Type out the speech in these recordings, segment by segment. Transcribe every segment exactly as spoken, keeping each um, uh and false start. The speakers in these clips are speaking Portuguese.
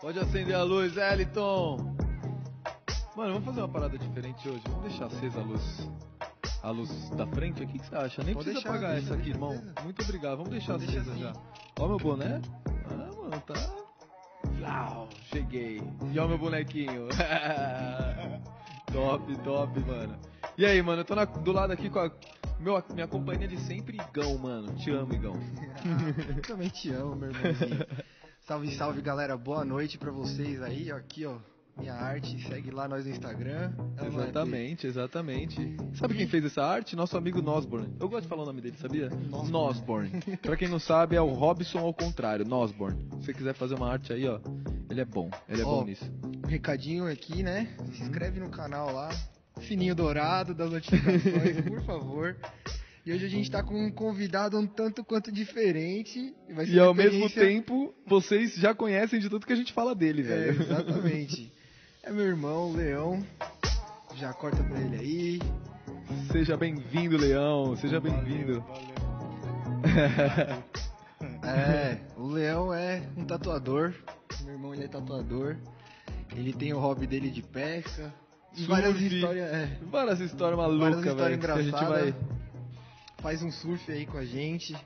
Pode acender a luz, Eliton. Mano, vamos fazer uma parada diferente hoje. Vamos deixar acesa a luz. A luz da frente aqui, o que você acha? Nem Pode precisa deixar, apagar deixa, essa aqui, deixa irmão. acesa. Muito obrigado. Vamos deixar Deixa acesa assim. já. Ó meu boné. Ah, mano, tá... Uau, cheguei. E ó meu bonequinho. Top, top, mano. E aí, mano, eu tô na- do lado aqui com a meu, minha companhia de sempre, Igão, mano. Te amo, Igão. Eu também te amo, meu irmãozinho. Salve, salve, galera. Boa noite pra vocês aí. Ó, aqui, ó. Minha arte. Segue lá nós no Instagram. É, não é, Exatamente, exatamente. Sabe quem fez essa arte? Nosso amigo Nosborn. Eu gosto de falar o nome dele, sabia? Nosborn. Pra quem não sabe, é o Robson ao contrário, Nosborn. Se você quiser fazer uma arte aí, ó, ele é bom. Ele é Ó, bom nisso. Um recadinho aqui, né? Se inscreve no canal lá. Sininho dourado das notificações, por favor. E hoje a gente tá com um convidado um tanto quanto diferente. Vai ser E uma ao mesmo experiência- tempo, vocês já conhecem de tudo que a gente fala dele, É, velho. exatamente. É meu irmão, o Leão. Já corta pra ele aí. Seja bem-vindo, Leão. Seja bem-vindo. É, o Leão é um tatuador. Meu irmão ele é tatuador. Ele tem o hobby dele de pesca. Surf. Várias histórias, é, Várias histórias várias malucas, histórias velho. Que a gente engraçadas. vai... Faz um surf aí com a gente.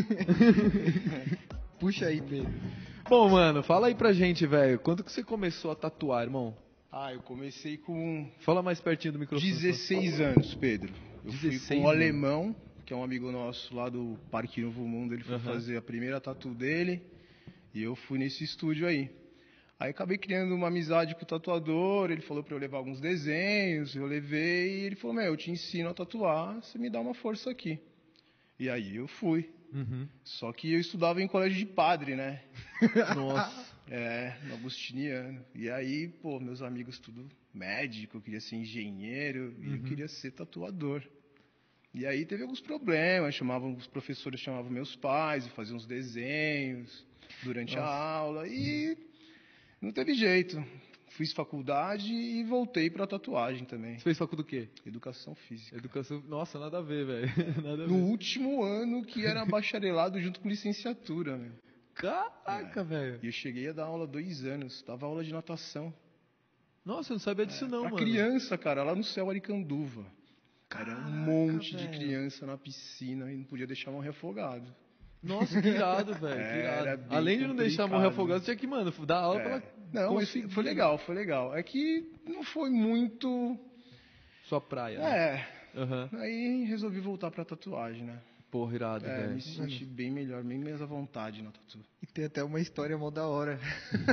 Puxa aí, Pedro. Bom, mano, fala aí pra gente, velho. Quando que você começou a tatuar, irmão? Ah, eu comecei com Fala mais pertinho do microfone. dezesseis anos, Pedro. Eu fui dezesseis com um anos. alemão, que é um amigo nosso lá do Parque Novo Mundo. Ele foi Aham. fazer a primeira tatu dele e eu fui nesse estúdio aí. Aí acabei criando uma amizade com o tatuador, ele falou pra eu levar alguns desenhos, eu levei e ele falou, meu, eu te ensino a tatuar, você me dá uma força aqui. E aí eu fui. Uhum. Só que eu estudava em colégio de padre, né? Nossa. É, no Agustiniano. E aí, pô, meus amigos tudo médico, eu queria ser engenheiro e eu queria ser tatuador. E aí teve alguns problemas, chamavam, os professores chamavam meus pais, eu fazia uns desenhos durante a aula e não teve jeito. Fiz faculdade e voltei pra tatuagem também. Você fez faculdade do quê? Educação física. Educação... Nossa, nada a ver, velho. Nada a No ver. último ano que era bacharelado junto com licenciatura, meu. Caraca, velho. E eu cheguei a dar aula há dois anos, dava aula de natação. Nossa, eu não sabia disso não, Pra mano. criança, cara, lá no céu Aricanduva. Era um monte de velho. criança na piscina e não podia deixar morrer afogado. Nossa, que irado, velho. É, que irado. era bem Além de não deixar complicado, morrer afogado, né? você tinha que, mano, dar aula pra É. ela Não, mas conseguir foi legal, foi legal. É que não foi muito... Sua praia. né? É, Aham. aí resolvi voltar pra tatuagem, né? Porra, irado, É, velho. me senti bem melhor, bem mais à vontade na tatu. E tem até uma história mó da hora.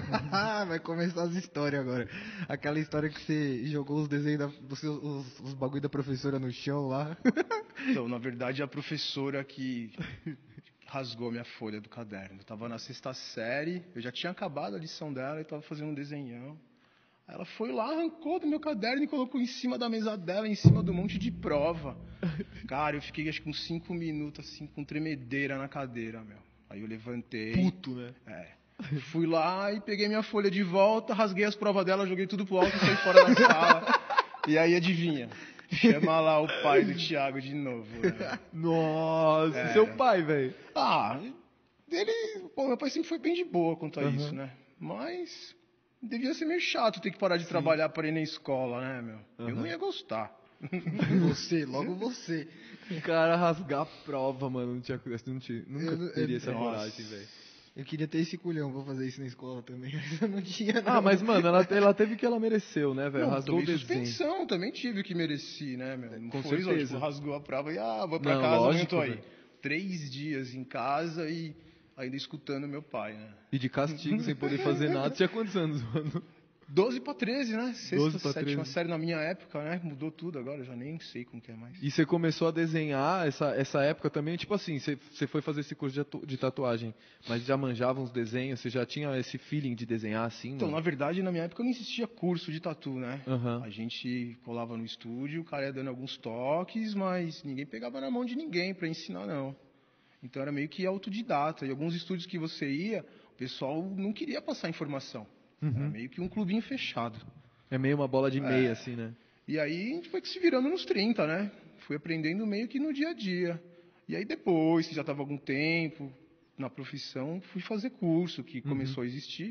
Vai começar as histórias agora. Aquela história que você jogou os desenhos, da, dos seus, os, os bagulho da professora no chão lá. Então, na verdade, a professora que rasgou minha folha do caderno. Eu tava na sexta série, eu já tinha acabado a lição dela e tava fazendo um desenhão. Aí ela foi lá, arrancou do meu caderno e colocou em cima da mesa dela, em cima do monte de prova. Cara, eu fiquei acho que uns cinco minutos assim, com tremedeira na cadeira, meu. Aí eu levantei. Puto, né? É. Fui lá e peguei minha folha de volta, rasguei as provas dela, joguei tudo pro alto e saí fora da sala. E aí, adivinha? Chama lá o pai do Thiago de novo. Né? Nossa, É. seu pai, velho. Ah, ele... Pô, meu pai sempre foi bem de boa quanto a Uhum. isso, né? Mas devia ser meio chato ter que parar de trabalhar para ir na escola, né, meu? Eu Uhum. não ia gostar. Você, logo você. O cara rasgar a prova, mano. Não tinha, não tinha, nunca Eu não- teria eu- essa Nossa. coragem, velho. Eu queria ter esse culhão pra fazer isso na escola também, mas eu não tinha, não. Ah, mas, mano, ela, ela teve o que ela mereceu, né, velho? Não, Rasgou o tomei desenho. suspensão, também tive o que mereci, né, meu? Não Com foi só, certeza. tipo, rasgou a prova e, ah, vou pra Não, casa, amanhã eu lógico, tô aí. velho. Três dias em casa e ainda escutando meu pai, né? E de castigo, sem poder fazer nada. Tinha quantos anos, mano? doze pra treze, né? doze Sexta, pra sétima treze. série na minha época, né? Mudou tudo agora, eu já nem sei como que é mais. E você começou a desenhar essa, essa época também, tipo assim, você, você foi fazer esse curso de, atu- de tatuagem, mas já manjava uns desenhos, você já tinha esse feeling de desenhar assim, Então, mano? na verdade, na minha época não existia curso de tatu, né? Aham. A gente colava no estúdio, o cara ia dando alguns toques, mas ninguém pegava na mão de ninguém pra ensinar, não. Então era meio que autodidata. E alguns estúdios que você ia, o pessoal não queria passar informação. Era meio que um clubinho fechado. É meio uma bola de meia, É. assim, né? E aí a gente foi se virando nos trinta, né? Fui aprendendo meio que no dia a dia. E aí depois, que já estava algum tempo na profissão, fui fazer curso, que começou a existir.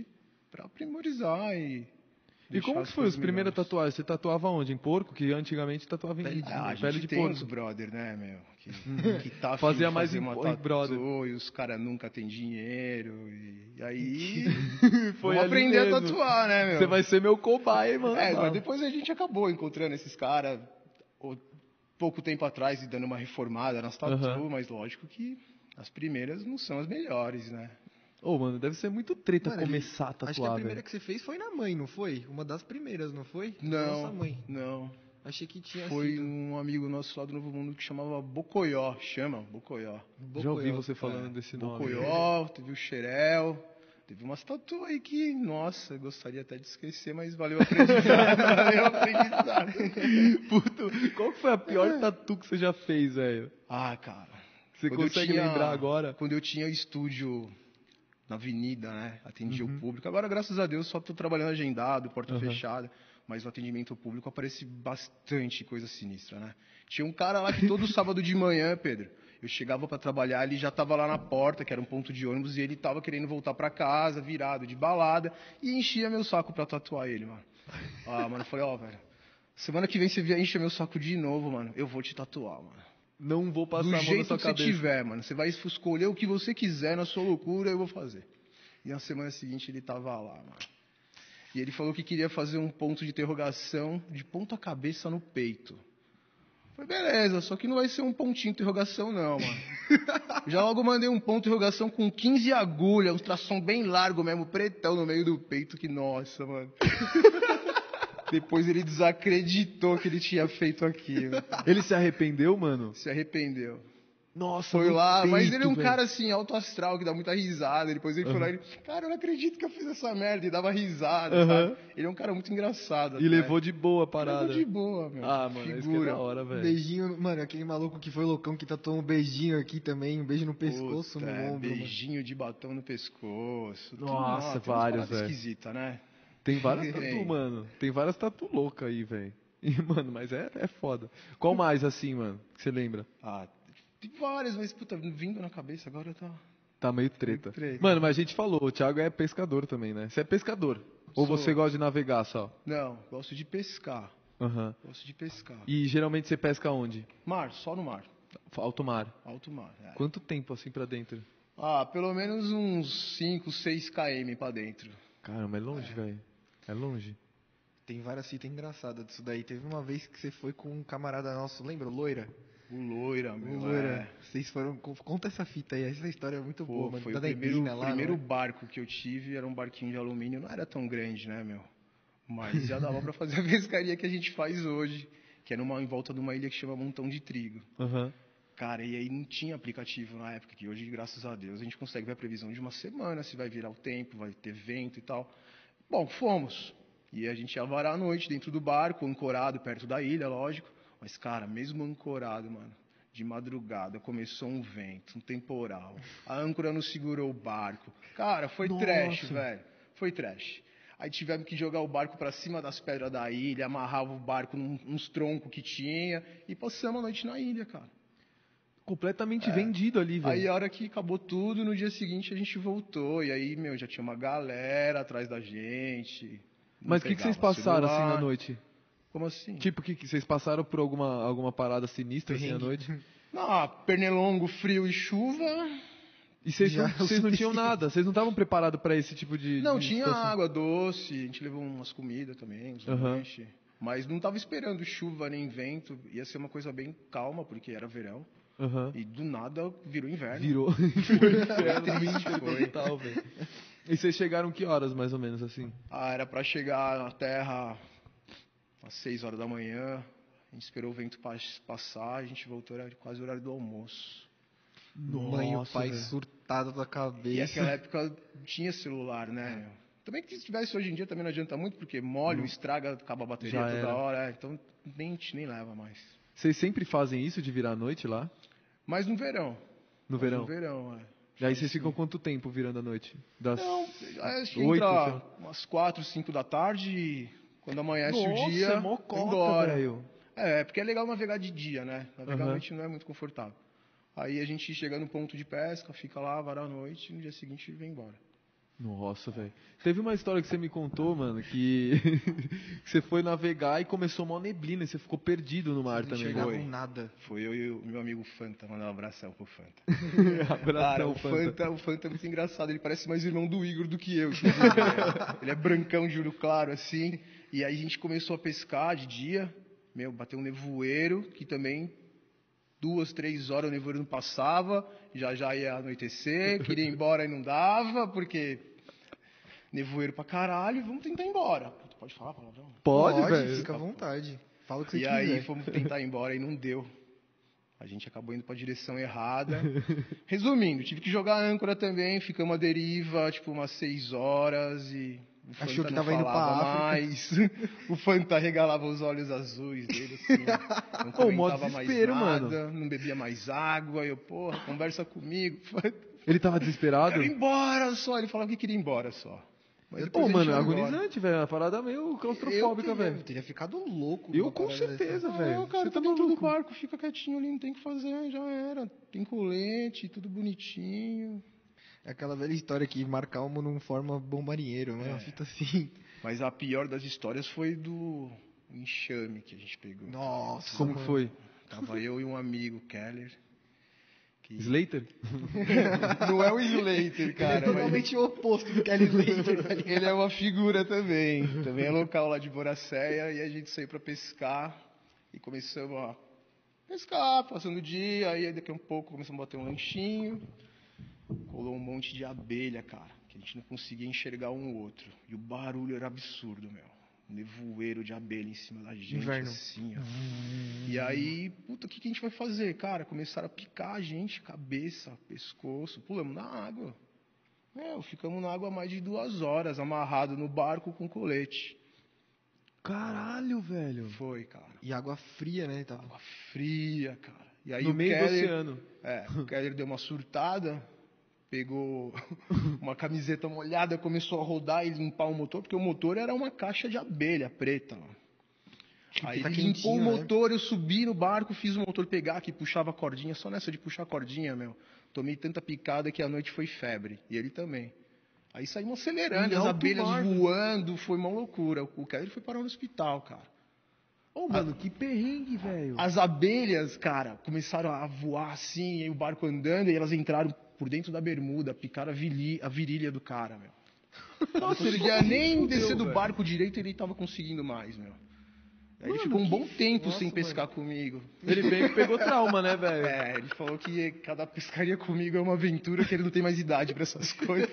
pra aprimorizar e... E como que foi as primeiras tatuagens? Você tatuava onde? Em porco? Que antigamente tatuava em Pele de- Ah, a pele gente de tem porco. uns brother, né, meu? Que, que tá afim Fazia de mais fazer em- uma em tatu brother. e os caras nunca têm dinheiro. E, e aí... Foi vamos ali aprender mesmo. a tatuar, né, meu? Você vai ser meu cobaia, mano. É, mas depois a gente acabou encontrando esses caras pouco tempo atrás e dando uma reformada nas tatu, Aham. mas lógico que as primeiras não são as melhores, né? Ô, mano, deve ser muito treta Mano, ele- começar a tatuar, Acho que a primeira velho. que você fez foi na mãe, não foi? Uma das primeiras, não foi? Não, Nossa mãe. não. Achei que tinha Foi sido. um amigo nosso lá do Novo Mundo que chamava Bocoió, chama Bocoió. Já ouvi Bocoió. você falando É, desse nome. Bocoió, teve o Xerel, teve umas tatu aí que, nossa, eu gostaria até de esquecer, mas valeu o aprendizado, valeu o aprendizado. Puto, qual que foi a pior tatu que você já fez, velho? Ah, cara. Você Quando eu consegue tinha- lembrar agora? Quando eu tinha estúdio na avenida, né? Atendia Uhum. o público. Agora, graças a Deus, só tô trabalhando agendado, porta Uhum. fechada. Mas no atendimento ao público aparece bastante coisa sinistra, né? Tinha um cara lá que todo sábado de manhã, Pedro, eu chegava pra trabalhar, ele já tava lá na porta, que era um ponto de ônibus, e ele tava querendo voltar pra casa, virado de balada, e enchia meu saco pra tatuar ele, mano. Ah, mano, eu falei, ó, velho, semana que vem você vier encher meu saco de novo, mano, eu vou te tatuar, mano. Não vou passar Do a mão na jeito sua que você cabeça. tiver, mano. Você vai escolher o que você quiser na sua loucura, eu vou fazer. E na semana seguinte ele tava lá, mano. E ele falou que queria fazer um ponto de interrogação de ponta cabeça no peito. Falei, beleza, só que não vai ser um pontinho de interrogação não, mano. Já logo mandei um ponto de interrogação com quinze agulhas, um tração bem largo mesmo, pretão no meio do peito, que nossa, mano. Depois ele desacreditou que ele tinha feito aquilo. Ele se arrependeu, mano? Se arrependeu. Nossa, Foi no lá, mas peito, ele é um velho. cara assim, alto astral, que dá muita risada. Depois ele foi lá e ele, cara, eu não acredito que eu fiz essa merda. E dava risada, Uhum. sabe? Ele é um cara muito engraçado. E até. levou de boa a parada. Levou de boa, meu. Ah, mano, isso que é Figura. da hora, Um velho. beijinho, mano, aquele maluco que foi loucão que tatuou um beijinho aqui também, um beijo no pescoço, Puta, no é, ombro, mano. beijinho de batom no pescoço. Tudo, Nossa, tem umas vários, paradas velho. esquisita, né? Tem várias tatu, Tem. mano. Tem várias tatu loucas aí, velho. E, mano, mas é, é foda. Qual mais, assim, mano, que você lembra? Ah, tem várias, mas, puta, vindo na cabeça agora tá... Tá meio treta. Meio treta. Mano, mas a gente falou, o Thiago é pescador também, né? Você é pescador? Ou Sou. você gosta de navegar só? Não, gosto de pescar. Aham. Gosto de pescar. E geralmente você pesca onde? Mar, só no mar. Alto mar. Alto mar, é. Quanto tempo assim pra dentro? Ah, pelo menos uns cinco, seis quilômetros pra dentro. Caramba, é longe, velho. É longe. Tem várias fitas engraçadas disso daí. Teve uma vez que você foi com um camarada nosso, lembra? O Loira? O loira, O meu. Loira. É. Vocês foram. Conta essa fita aí, essa história é muito Pô, boa, mano. foi Da o primeiro, neblina lá, primeiro não é? barco que eu tive, era um barquinho de alumínio, não era tão grande, né, meu? Mas já dava pra fazer a pescaria que a gente faz hoje, que é numa, em volta de uma ilha que chama Montão de Trigo. Aham. Cara, e aí não tinha aplicativo na época, que hoje, graças a Deus, a gente consegue ver a previsão de uma semana, se vai virar o tempo, vai ter vento e tal. Bom, fomos. E a gente ia varar à noite dentro do barco, ancorado perto da ilha, lógico. Mas, cara, mesmo ancorado, mano, de madrugada começou um vento, um temporal. A âncora não segurou o barco. Cara, foi Nossa. trash, velho. Foi trash. Aí tivemos que jogar o barco pra cima das pedras da ilha, amarrava o barco num, nos troncos que tinha e passamos a noite na ilha, cara. Completamente vendido ali, velho. Aí a hora que acabou tudo, no dia seguinte a gente voltou. E aí, meu, já tinha uma galera atrás da gente. Não Mas o que, que vocês pegava passaram assim celular. na noite? Como assim? Tipo, que, que vocês passaram por alguma, alguma parada sinistra assim à Perrengue. noite? Ah, pernilongo, frio e chuva. E vocês Já não, é o vocês não tinham suficiente. nada, vocês não estavam preparados pra esse tipo de. Não, de tinha situação? água doce, a gente levou umas comidas também, uns Aham. lanches. Mas não tava esperando chuva nem vento. Ia ser uma coisa bem calma, porque era verão. Aham. E do nada virou inverno. Virou. Virou inferno, triste, mentira foi. total, velho. E vocês chegaram que horas, mais ou menos, assim? Ah, era pra chegar na terra às seis horas da manhã. A gente esperou o vento pas- passar, a gente voltou, era quase o horário do almoço. Mãe e o pai velho. surtado da E cabeça. naquela época tinha celular, né? meu? Também que se tivesse hoje em dia também não adianta muito, porque molha, estraga, acaba a bateria Já toda era. hora. é, Então nem, a gente nem leva mais. Vocês sempre fazem isso de virar à noite lá? Mas no verão. No Mas verão? No verão, é. E aí vocês ficam quanto tempo virando à noite? Das... Não, acho que Oito, entra sei lá. umas quatro, cinco da tarde e quando amanhece Nossa, o dia, é mó vai cota, embora. velho. É, porque é legal navegar de dia, né? Navegar à Aham. noite não é muito confortável. Aí a gente chega no ponto de pesca, fica lá, vara à noite e no dia seguinte vem embora. Nossa, velho. Teve uma história que você me contou, mano, que, que você foi navegar e começou uma neblina e você ficou perdido no mar Não também. enxergavam Foi. nada. Foi eu e o meu amigo Fanta, mandar um abração pro Fanta. Abração, Cara, o Fanta. Fanta, o Fanta é muito engraçado, ele parece mais irmão do Igor do que eu. inclusive, né? Ele é brancão, de olho claro, assim. E aí a gente começou a pescar de dia, meu, bateu um nevoeiro, que também duas, três horas o nevoeiro não passava, já já ia anoitecer, queria ir embora e não dava, porque nevoeiro pra caralho, vamos tentar ir embora. Pode falar palavrão? Pode, velho. Fica à vontade. Fala o que você E quiser. aí fomos tentar ir embora e não deu. A gente acabou indo pra direção errada. Resumindo, tive que jogar âncora também, ficamos à deriva, tipo, umas seis horas e o Fanta Achou que não tava indo pra falava África. mais. O Fanta regalava os olhos azuis dele, assim. Não Ô, mó comentava mais desespero, nada, não bebia mais água. Eu, porra, conversa comigo. Ele tava desesperado? Quero ir embora só. Ele falava que queria ir embora só. Mas depois Pô, a gente mano, foi embora. agonizante, velho. Uma parada meio claustrofóbica, eu teria, velho. teria ficado louco. Eu numa com parada certeza, dessa. velho. Não, cara, Você tá tá dentro do maluco? barco, fica quietinho ali, não tem o que fazer, já era. Tem colete, tudo bonitinho. É aquela velha história que mar calmo não forma bom marinheiro, né? É. Uma fita assim. Mas a pior das histórias foi do enxame que a gente pegou. Nossa. Como que mano. foi? Tava eu e um amigo, Keller. Que... Slater? Não é o Slater, Ele é cara. mas totalmente o oposto do Kelly Slater, tá ligado? ele é uma figura também. Também é local lá de Boracéia. E a gente saiu pra pescar. E começamos a pescar, passando o dia. Aí daqui a um pouco começamos a bater um lanchinho. Colou um monte de abelha, cara. Que a gente não conseguia enxergar um outro. E o barulho era absurdo, meu. Um nevoeiro de abelha em cima da gente, Inverno. assim, ó. E aí, puta, o que, que a gente vai fazer? Cara, começaram a picar a gente, cabeça, pescoço. Pulamos na água. É, ficamos na água mais de duas horas, amarrado no barco com colete. Caralho, velho. Foi, cara. E água fria, né? Tava... Água fria, cara. E aí No o meio do Keller, oceano. É, o Keller deu uma surtada, pegou uma camiseta molhada, começou a rodar e limpar o motor, porque o motor era uma caixa de abelha preta. Aí tá ele limpou o quentinho, né? motor, eu subi no barco, fiz o motor pegar, que puxava a cordinha, só nessa de puxar a cordinha, meu. Tomei tanta picada que a noite foi febre, e ele também. Aí saímos acelerando, Em as alto abelhas mar, né? voando, foi uma loucura. O Keller foi parar no hospital, cara. Ô, mano, que perrengue, velho. As abelhas, cara, começaram a voar assim, e aí o barco andando, e elas entraram por dentro da bermuda, picaram a, vili- a virilha do cara, meu. Não conseguia nem fudeu, descer do velho. barco direito, ele tava conseguindo mais, meu. Aí ele Mano, ficou um que bom tempo nossa, sem mano. pescar comigo. Ele bem que pegou trauma, né, velho? É, ele falou que cada pescaria comigo é uma aventura, que ele não tem mais idade pra essas coisas.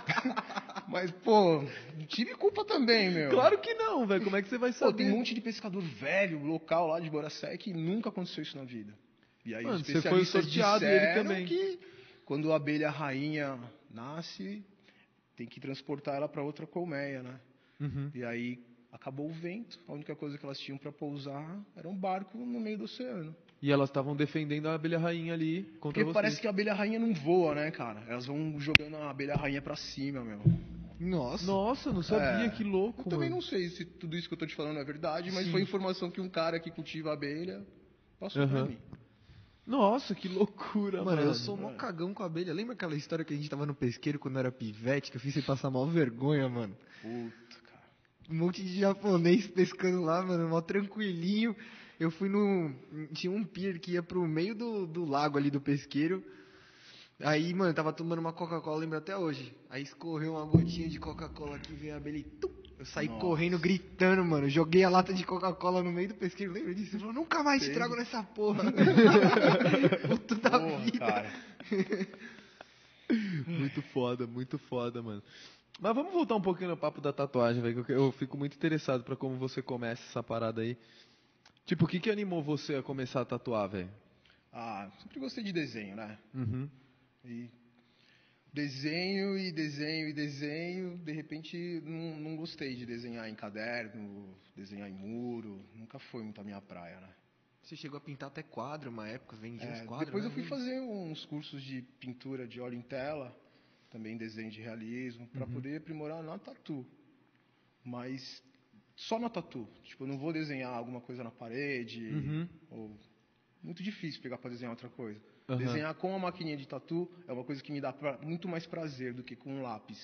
Mas, pô, tive culpa também, meu. Claro que não, velho. Como é que você vai Pô, saber? tem um monte de pescador velho, local lá de Boracé, que nunca aconteceu isso na vida. E aí Mano, os você foi especialistas sorteado e ele disseram também. que quando a abelha rainha nasce, tem que transportar ela para outra colmeia, né? Uhum. E aí acabou o vento, a única coisa que elas tinham para pousar era um barco no meio do oceano. E elas estavam defendendo a abelha rainha ali contra Porque vocês. parece que a abelha rainha não voa, né, cara? Elas vão jogando a abelha rainha para cima, meu. Nossa. Nossa, não sabia, É, que louco, Eu também mano. não sei se tudo isso que eu tô te falando é verdade, mas Sim. foi informação que um cara que cultiva abelha passou Aham. pra mim. Nossa, que loucura, mano. Mano, eu sou mó cagão com abelha. Lembra aquela história que a gente tava no pesqueiro quando eu era pivete, que eu fiz você passar mal vergonha, mano? Puta, cara. Um monte de japonês pescando lá, mano, mó tranquilinho. Eu fui no... Tinha um pier que ia pro meio do, do lago ali do pesqueiro. Aí, mano, eu tava tomando uma Coca-Cola, lembro até hoje. Aí escorreu uma gotinha de Coca-Cola aqui, veio a abelha e tum! Eu saí Nossa. correndo, gritando, mano. Joguei a lata de Coca-Cola no meio do pesqueiro, lembra disso? Ele falou, nunca mais te Sei. trago nessa porra. Puto da Porra, vida. cara. Muito foda, muito foda, mano. Mas vamos voltar um pouquinho no papo da tatuagem, velho. que Eu eu fico muito interessado pra como você começa essa parada aí. Tipo, o que que animou você a começar a tatuar, velho? Ah, sempre gostei de desenho, né? Uhum. E desenho e desenho e desenho. De repente, não, não gostei de desenhar em caderno, desenhar em muro. Nunca foi muito a minha praia, né? Você chegou a pintar até quadro uma época, vendia É, uns quadros, depois né? eu fui fazer uns cursos de pintura de óleo em tela, também desenho de realismo, para poder aprimorar na tatu. Mas só na tatu. Tipo, eu não vou desenhar alguma coisa na parede, Uhum. ou muito difícil pegar para desenhar outra coisa. Uhum. Desenhar com a maquininha de tatu é uma coisa que me dá pra, muito mais prazer do que com um lápis.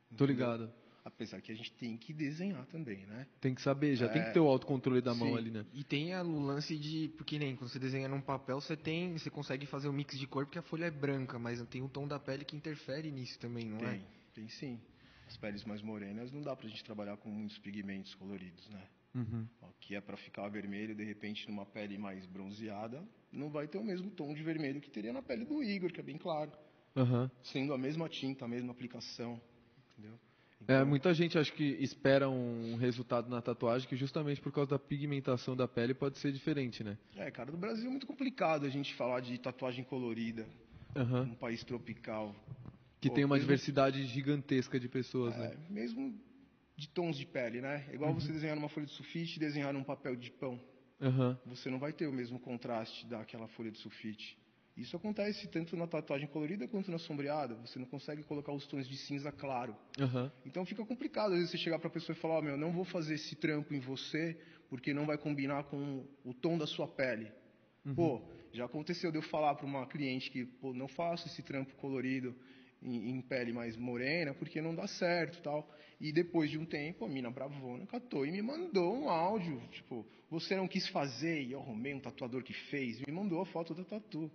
Tô ligado. Apesar que a gente tem que desenhar também, né? Tem que saber, já É, tem que ter o autocontrole da mão Sim. ali, né? E tem a- o lance de. Porque nem quando você desenha num papel, você tem. Você consegue fazer o mix de cor porque a folha é branca, mas tem o tom da pele que interfere nisso também, não é? Tem, tem sim. As peles mais morenas não dá pra gente trabalhar com muitos pigmentos coloridos, né? Uhum. Ó, que é pra ficar vermelho, de repente, numa pele mais bronzeada, não vai ter o mesmo tom de vermelho que teria na pele do Igor, que é bem claro. Aham. Sendo a mesma tinta, a mesma aplicação, entendeu? É, Então, muita gente acho que espera um resultado na tatuagem que justamente por causa da pigmentação da pele pode ser diferente, né? É, cara, no Brasil é muito complicado a gente falar de tatuagem colorida, Aham. um país tropical. Que Pô, tem uma mesmo- diversidade gigantesca de pessoas, É, né? mesmo de tons de pele, né? É igual você desenhar numa folha de sulfite e desenhar num papel de pão. Aham. Você não vai ter o mesmo contraste daquela folha de sulfite. Isso acontece tanto na tatuagem colorida quanto na sombreada. Você não consegue colocar os tons de cinza claro. Aham. Então fica complicado às vezes você chegar para a pessoa e falar: ó, meu, não vou fazer esse trampo em você porque não vai combinar com o tom da sua pele. Pô, já aconteceu de eu falar para uma cliente que, pô, não faço esse trampo colorido em, em pele mais morena porque não dá certo, tal. E depois de um tempo, a mina bravona catou e me mandou um áudio, tipo, você não quis fazer e eu arrumei um tatuador que fez, me mandou a foto da tatu.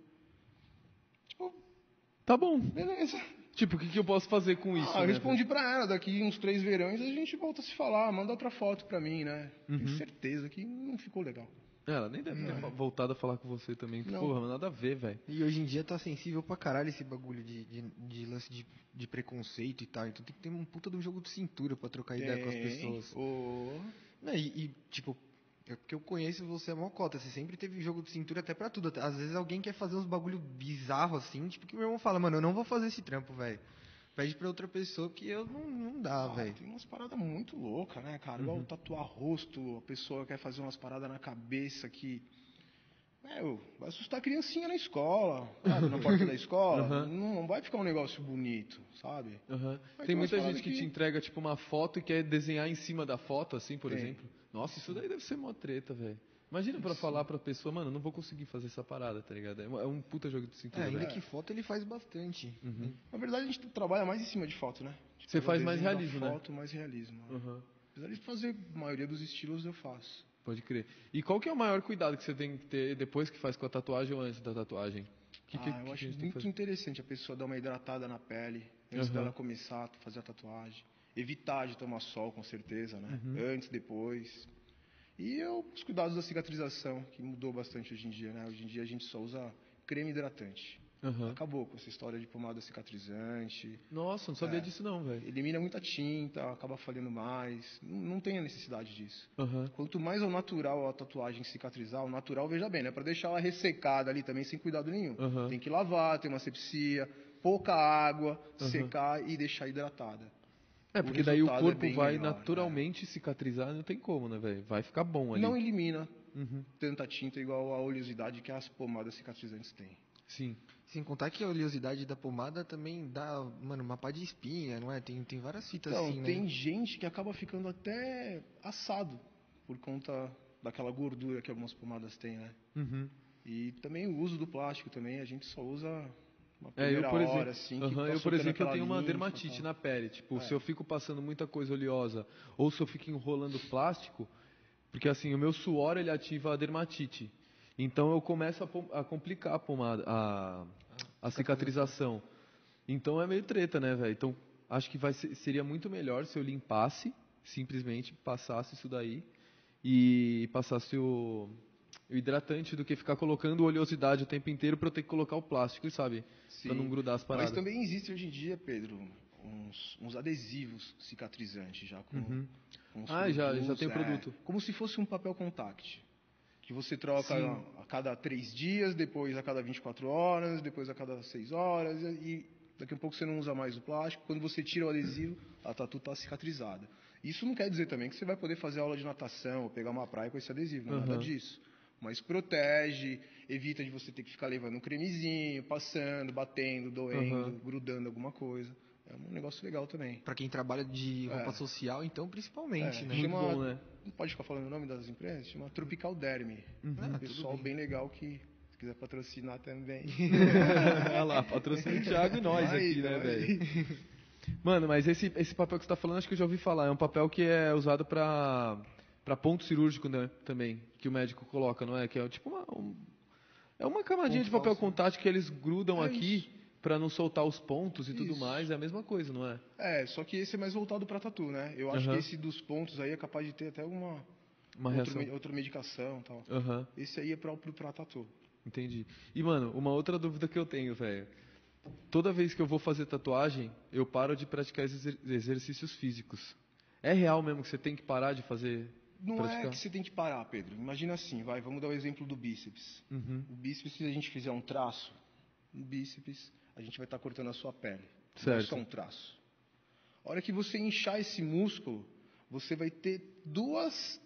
Tipo, Tá bom. beleza. Tipo, o que, que eu posso fazer com isso, Ah, eu né? respondi pra ela, daqui uns três verões a gente volta a se falar, manda outra foto pra mim, né? Tenho certeza que não ficou legal. Ela nem deve ter fa- voltado a falar com você também. Não. Porra, nada a ver, velho. E hoje em dia tá sensível pra caralho esse bagulho de, de, de lance de, de preconceito e tal. Então tem que ter um puta de um jogo de cintura pra trocar ideia com as Tem. pessoas. Ô, Não, e, e, tipo, é porque eu conheço você é mocota. Você sempre teve jogo de cintura até pra tudo. Até- Às vezes alguém quer fazer uns bagulho bizarro assim, tipo, que meu irmão fala, mano, eu não vou fazer esse trampo, velho. Pede pra outra pessoa que eu não, não dá, ah, velho. tem umas paradas muito loucas, né, cara? Igual tatuar rosto, a pessoa quer fazer umas paradas na cabeça que... Meu, vai assustar a criancinha na escola, sabe? Na porta da escola. Uhum. Não, não vai ficar um negócio bonito, sabe? Aham. Mas Tem tem umas muita gente paradas que que- te entrega, tipo, uma foto e quer desenhar em cima da foto, assim, por Tem. exemplo. Nossa, isso daí deve ser mó treta, velho. Imagina pra falar pra pessoa, mano, não vou conseguir fazer essa parada, tá ligado? É um- é um puta jogo de É, cintura, ainda velho. que foto ele faz bastante. Na verdade, a gente trabalha mais em cima de foto, né? Tipo, Você o faz mais desenho da realismo, né? foto, mais realismo. né? Aham. Apesar de fazer a maioria dos estilos, eu faço. Pode crer. E qual que é o maior cuidado que você tem que ter depois que faz com a tatuagem ou antes da tatuagem? Que, que, ah, eu que acho a gente tem que muito fazer? interessante a pessoa dar uma hidratada na pele antes Aham. dela começar a fazer a tatuagem. Evitar de tomar sol, com certeza, né? Uhum. Antes, depois. E eu, os cuidados da cicatrização, que mudou bastante hoje em dia, né? Hoje em dia a gente só usa creme hidratante. Aham. Acabou com essa história de pomada cicatrizante. Nossa, não sabia É. disso não, velho. Elimina muita tinta, acaba falhando mais. Não, não tem a necessidade disso. Aham. Quanto mais ao natural a tatuagem cicatrizar, o natural, veja bem, não é para deixar ela ressecada ali também sem cuidado nenhum. Aham. Tem que lavar, ter uma asepsia, pouca água, Aham. secar e deixar hidratada. É, O porque daí o resultado é corpo bem vai melhor, naturalmente cicatrizar, não tem como, né, velho? Vai ficar bom ali. Não elimina Uhum. tanta tinta igual a oleosidade que as pomadas cicatrizantes têm. Sim. Sem contar que a oleosidade da pomada também dá, mano, uma pá de espinha, não é? Tem, tem várias fitas Então, assim, tem né? gente que acaba ficando até assado por conta daquela gordura que algumas pomadas têm, né? Uhum. E também o uso do plástico também, a gente só usa uma É, eu, primeira por exemplo, hora, assim, que Aham, tá eu, por soltando exemplo, eu aquela tenho uma linfa, dermatite tal. na pele. Tipo, É. se eu fico passando muita coisa oleosa ou se eu fico enrolando plástico, porque assim, o meu suor ele ativa a dermatite. Então eu começo a, pom- a complicar a pomada, a, a cicatrização. Então é meio treta, né, velho? Então acho que vai ser- seria muito melhor se eu limpasse, simplesmente passasse isso daí e passasse o, o hidratante do que ficar colocando oleosidade o tempo inteiro pra eu ter que colocar o plástico, sabe? Pra Sim. não grudar as Mas paradas. também existe hoje em dia, Pedro, uns, uns adesivos cicatrizantes já com, Uhum. com os Ah, já- já produtos, tem o é, produto. como se fosse um papel contact. Que você troca Sim. a, a cada três dias, depois a cada vinte e quatro horas, depois a cada seis horas, e, e daqui a pouco você não usa mais o plástico. Quando você tira o adesivo, a tatu está cicatrizada. Isso não quer dizer também que você vai poder fazer aula de natação ou pegar uma praia com esse adesivo, não é nada Uhum. disso. Mas protege, evita de você ter que ficar levando um cremezinho, passando, batendo, doendo, Uhum. grudando alguma coisa. É um negócio legal também. Pra quem trabalha de roupa É. social, então, principalmente, É, né? Muito chama- bom, né? Não pode ficar falando o nome das empresas? Chama Tropical Dermy. Ah, Um tudo pessoal bem. bem legal que, se quiser patrocinar também. Olha lá, patrocínio o Thiago e nós Aí, aqui, né, então, velho? aí. Mano, mas esse, esse papel que você tá falando, acho que eu já ouvi falar. É um papel que é usado pra, pra ponto cirúrgico, né, também, que o médico coloca, não é? Que é tipo uma... Um, é uma camadinha Ponto de papel falso. contato que eles grudam É aqui isso. pra não soltar os pontos e tudo Isso. mais. É a mesma coisa, não é? É, só que esse é mais voltado pra tatu, né? Eu acho Aham. que esse dos pontos aí é capaz de ter até uma, Uma outro reação. me- outra medicação e tal. Aham, Esse aí é próprio pra tatu. entendi. E, mano, uma outra dúvida que eu tenho, velho. Toda vez que eu vou fazer tatuagem, eu paro de praticar exer- exercícios físicos. É real mesmo que você tem que parar de fazer... Não praticar? é que você tem que parar, Pedro. Imagina assim, vai, vamos dar o exemplo do bíceps. Uhum. O bíceps, se a gente fizer um traço, no bíceps, a gente vai estar cortando a sua pele. Não é Certo. só um traço. A hora que você inchar esse músculo, você vai ter duas,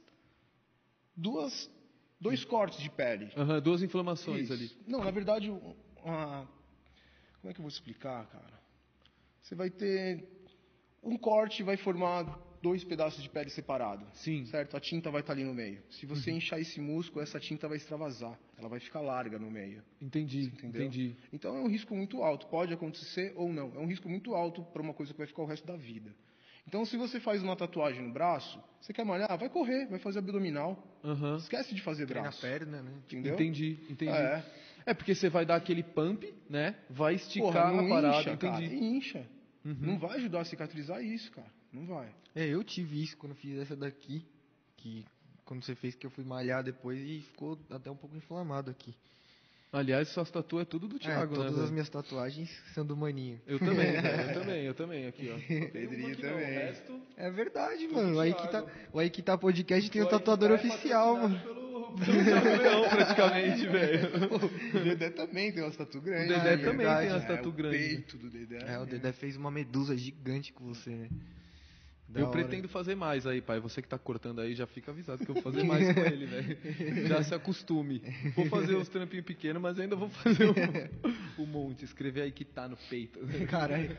duas, dois cortes de pele. Aham, duas inflamações Isso. ali. Não, na verdade, um- uma, como é que eu vou explicar, cara? Você vai ter um corte, vai formar dois pedaços de pele separados. Sim. Certo? A tinta vai estar ali no meio. Se você inchar esse músculo, essa tinta vai extravasar. Ela vai ficar larga no meio. Entendi, Entendeu? entendi. Então é um risco muito alto. Pode acontecer ou não. É um risco muito alto para uma coisa que vai ficar o resto da vida. Então, se você faz uma tatuagem no braço, você quer malhar, vai correr, vai fazer abdominal. Aham. Esquece de fazer Treina a braço. perna, né? Entendeu? Entendi, entendi. É. É porque você vai dar aquele pump, né? Vai esticar Porra, não a parada, incha, cara. entendi. Incha. Uhum. Não vai ajudar a cicatrizar isso, cara. Não vai. É, eu tive isso quando fiz essa daqui, que quando você fez que eu fui malhar depois e ficou até um pouco inflamado aqui. Aliás, suas tatuas é tudo do Thiago, é, né? todas velho? as minhas tatuagens são do Maninho. Eu também, velho, eu também, eu também, aqui, ó. Pedrinho Aqui não, também. O resto, É verdade, Tudo mano. O aí, que Thiago. tá, o aí que tá podcast tem o Aí tatuador tá oficial, patrocinado mano. Pelo, pelo Thiago Leão, praticamente, velho. O Dedé também tem umas tatu grandes. O Dedé né? também verdade. tem as É, tatu o grandes. peito do Dedé. É, o Dedé fez uma medusa gigante com você, né? Da Eu hora. pretendo fazer mais aí, pai. Você que tá cortando aí, já fica avisado que eu vou fazer mais com ele, velho. Já se acostume. Vou fazer uns trampinhos pequenos, mas ainda vou fazer um, um monte. Escrever aí que tá no peito. Caralho.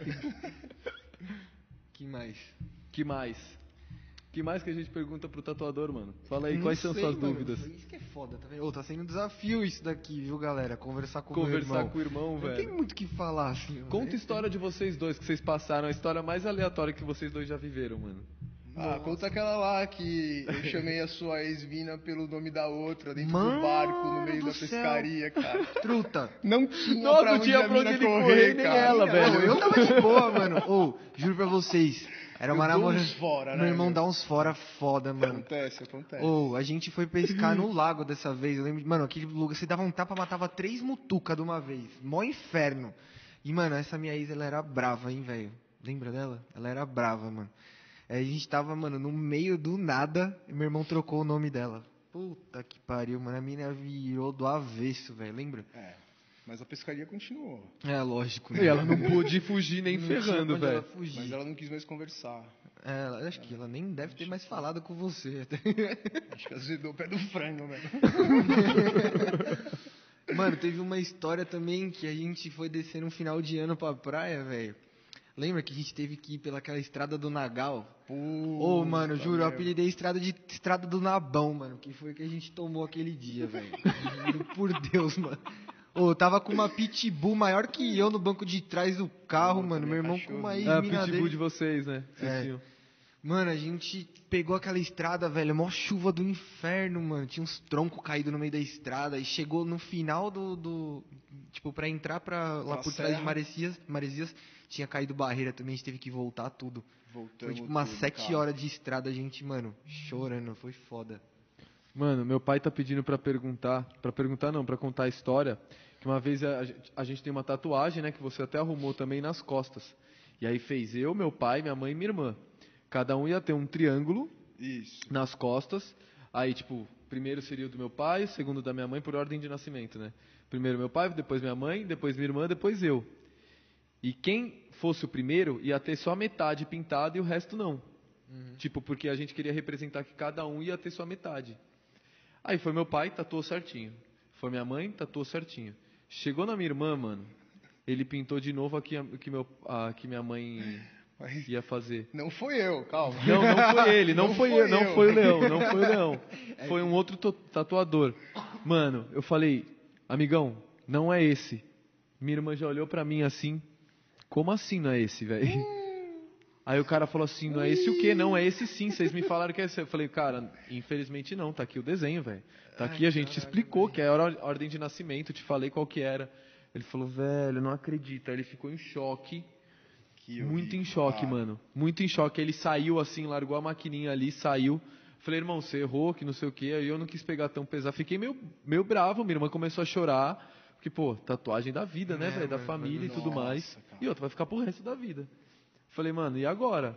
Que mais? Que mais? Que mais que a gente pergunta pro tatuador, mano? Fala aí, Não quais são sei, suas mano. dúvidas? Isso que é foda, tá vendo? Ô, tá sendo um desafio isso daqui, viu, galera? Conversar com o meu Conversar irmão. com o irmão, Não tem velho. muito o que falar, assim. Conta a né? história de vocês dois que vocês passaram, a história mais aleatória que vocês dois já viveram, mano. Ah, conta aquela lá que eu chamei a sua ex-mina pelo nome da outra dentro Mano do barco no meio do da céu. pescaria, cara. Truta. Não tinha Nossa, pra não onde tinha a pra onde mina ele correr, correr, nem cara. ela, velho. Ô, eu tava de boa, mano. Ô, juro pra vocês. Era uma Eu dou namorada. uns fora, né, Meu irmão meu? dá uns fora foda, mano. Acontece, acontece. Ô, a gente foi pescar no lago dessa vez. Eu lembro, mano, aquele lugar, você dava um tapa, matava três mutuca de uma vez. Mó inferno. E, mano, essa minha ex, ela era brava, hein, velho. Lembra dela? Ela era brava, mano. Aí a gente tava, mano, no meio do nada e meu irmão trocou o nome dela. Puta que pariu, mano. A mina virou do avesso, velho. Lembra? É, mas a pescaria continuou. É, lógico. E ela não pôde fugir nem Não tinha ferrando, pra onde ela velho. fugir. Mas ela não quis mais conversar. É, ela- acho que ela nem deve ter mais falado com você. Acho que azedou o pé do frango, velho. Mano, teve uma história também que a gente foi descer um final de ano pra praia, velho. Lembra que a gente teve que ir pelaquela estrada do Nagal? Ô, mano, juro, eu apelidei estrada de estrada do Nabão, mano. Que foi o que a gente tomou aquele dia, velho. Juro por Deus, mano. Ô, eu tava com uma pitbull maior que eu no banco de trás do carro, Nossa, mano. Meu minha irmão com uma cachorrinha. É a ex-mina pitbull dele. de vocês, né? Vocês É. tinham. Mano, a gente pegou aquela estrada, velho, mó chuva do inferno, mano. Tinha uns troncos caídos no meio da estrada. E chegou no final do. do tipo, pra entrar pra, lá Pra por trás de serra. Maresias, Maresias, tinha caído barreira também. A gente teve que voltar tudo. Voltamos Foi tipo umas tudo, sete cara. horas de estrada, a gente, mano, chorando. Foi foda. Mano, meu pai tá pedindo pra perguntar, pra perguntar não, pra contar a história, que uma vez a, a gente- a gente tem uma tatuagem, né, que você até arrumou também nas costas. E aí fez eu, meu pai, minha mãe e minha irmã. Cada um ia ter um triângulo Isso. nas costas. Aí, tipo, primeiro seria o do meu pai, o segundo da minha mãe, por ordem de nascimento, né? Primeiro meu pai, depois minha mãe, depois minha irmã, depois eu. E quem fosse o primeiro ia ter só a metade pintada e o resto não. Tipo, porque a gente queria representar que cada um ia ter sua metade. Aí foi meu pai, tatuou certinho. Foi minha mãe, tatuou certinho. Chegou na minha irmã, mano, ele pintou de novo a que, a, que, meu, a que minha mãe Mas ia fazer. não foi eu, calma. Não, não foi ele, não, Não foi, foi eu, não eu. foi o Leão, não foi o Leão. Foi um outro to- tatuador. Mano, eu falei, amigão, não é esse. Minha irmã já olhou pra mim assim, como assim não é esse, velho? Aí o cara falou assim, não é esse o quê? Não, é esse sim, vocês me falaram que é esse. Eu falei, cara, infelizmente não, tá aqui o desenho, velho. Tá aqui, a gente te explicou que era a ordem de nascimento, te falei qual que era. Ele falou, velho, não acredito. Aí ele ficou em choque. Que Muito em horrível. choque, Ah, mano. Muito em choque. Ele saiu assim, largou a maquininha ali, saiu. Falei, irmão, você errou, que não sei o quê. Aí eu não quis pegar tão pesado. Fiquei meio, meio bravo. Minha irmã começou a chorar. Porque, pô, tatuagem da vida, né, É, velho? Da mano, família e tudo nossa, mais. cara. E outra, vai ficar pro resto da vida. Falei, mano, e agora?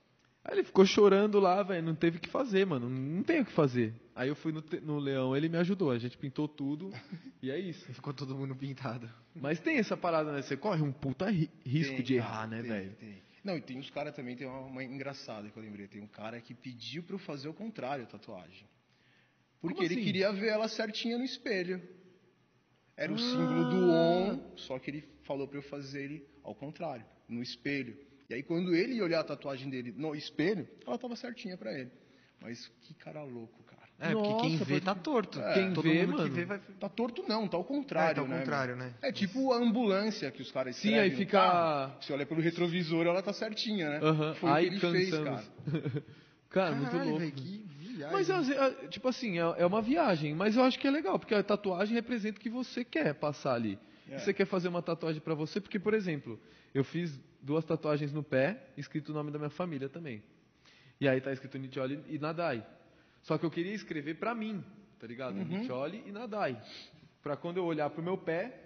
Aí ele ficou chorando lá, velho. Não teve o que fazer, mano. Não tem o que fazer. Aí eu fui no, te- no Leão, ele me ajudou. A gente pintou tudo. E é isso. Ficou todo mundo pintado. Mas tem essa parada, né? Você corre um puta ri- risco Tem, de cara, errar, né, tem, velho? tem. Não, e tem uns caras também, tem uma, uma engraçada que eu lembrei. Tem um cara que pediu pra eu fazer o contrário, a tatuagem. Porque Como ele assim? queria ver ela certinha no espelho. Era o Ah. símbolo do on, só que ele falou pra eu fazer ele ao contrário, no espelho. E aí quando ele ia olhar a tatuagem dele no espelho, ela tava certinha pra ele. Mas que cara louco, cara. É, porque quem Nossa, vê pode- tá torto. É, Quem todo vê, mundo mano. que Que vê vai... Tá torto não, tá ao contrário, É, tá ao né? contrário, meu? né? É tipo a ambulância que os caras Sim, escrevem aí no fica- carro. Você olha pelo retrovisor, ela tá certinha, né? Aham. Foi Ai, o que ele fez, cansamos. cara. Cara, muito Caralho, louco. velho, que viagem. Mas, às ve- ah, tipo assim, é é uma viagem, mas eu acho que é legal, porque a tatuagem representa o que você quer passar ali. É. Você quer fazer uma tatuagem pra você, porque, por exemplo, eu fiz duas tatuagens no pé, escrito o nome da minha família também. E aí tá escrito Nitioli e Nadai. Só que eu queria escrever pra mim, tá ligado? Uhum. Nitioli e Nadai. Pra quando eu olhar pro meu pé,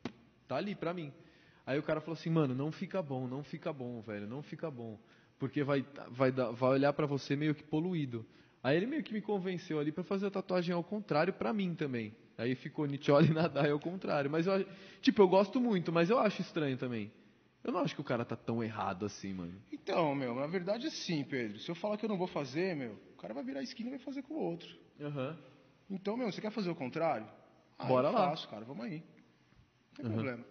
tá ali pra mim. Aí o cara falou assim, mano, não fica bom, não fica bom, velho, não fica bom. Porque vai, vai, dar- vai olhar pra você meio que poluído. Aí ele meio que me convenceu ali pra fazer a tatuagem ao contrário pra mim também. Aí ficou Nitioli e Nadai ao contrário. Mas eu, acho- tipo, eu gosto muito, mas eu acho estranho também. Eu não acho que o cara tá tão errado assim, mano. Então, meu, na verdade é assim, Pedro. Se eu falar que eu não vou fazer, meu, o cara vai virar a esquina e vai fazer com o outro. Aham. Então, meu, você quer fazer o contrário? Ah, Bora eu lá. faço, cara, vamos aí. Não tem Uhum. problema.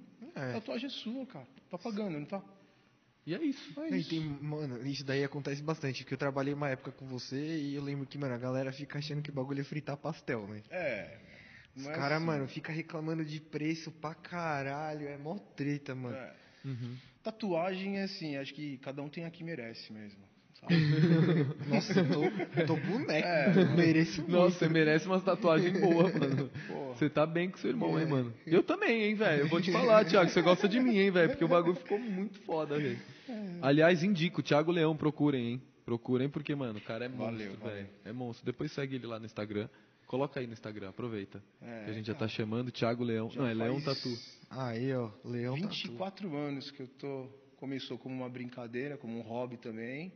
A É. tatuagem é sua, cara. Tá pagando, não tá? E é isso. É E isso. tem, mano, isso daí acontece bastante, porque eu trabalhei uma época com você e eu lembro que, mano, a galera fica achando que o bagulho é fritar pastel, né? É. Os não é caras, assim. mano, fica reclamando de preço pra caralho, é mó treta, mano. É. Uhum. Tatuagem é assim, acho que cada um tem a que merece mesmo. Sabe? Nossa, eu tô, eu tô boneco, É, eu mereço muito. Nossa, você merece umas tatuagens boas, mano. Porra. Você tá bem com seu irmão, hein, mano? Eu também, hein, velho. Eu vou te falar, Thiago, você gosta de mim, hein, velho? Porque o bagulho ficou muito foda, velho. Aliás, indico, Thiago Leão, procurem, hein? Procurem, porque, mano, o cara é monstro, Valeu, valeu. velho. É monstro. Depois segue ele lá no Instagram. Coloca aí no Instagram, aproveita. É, que a gente já tá cara. chamando Thiago Leão. Já Não, é Leão faz Tatu. Aí, ó, Leão vinte e Tatu. quatro anos que eu tô. Começou como uma brincadeira, como um hobby também.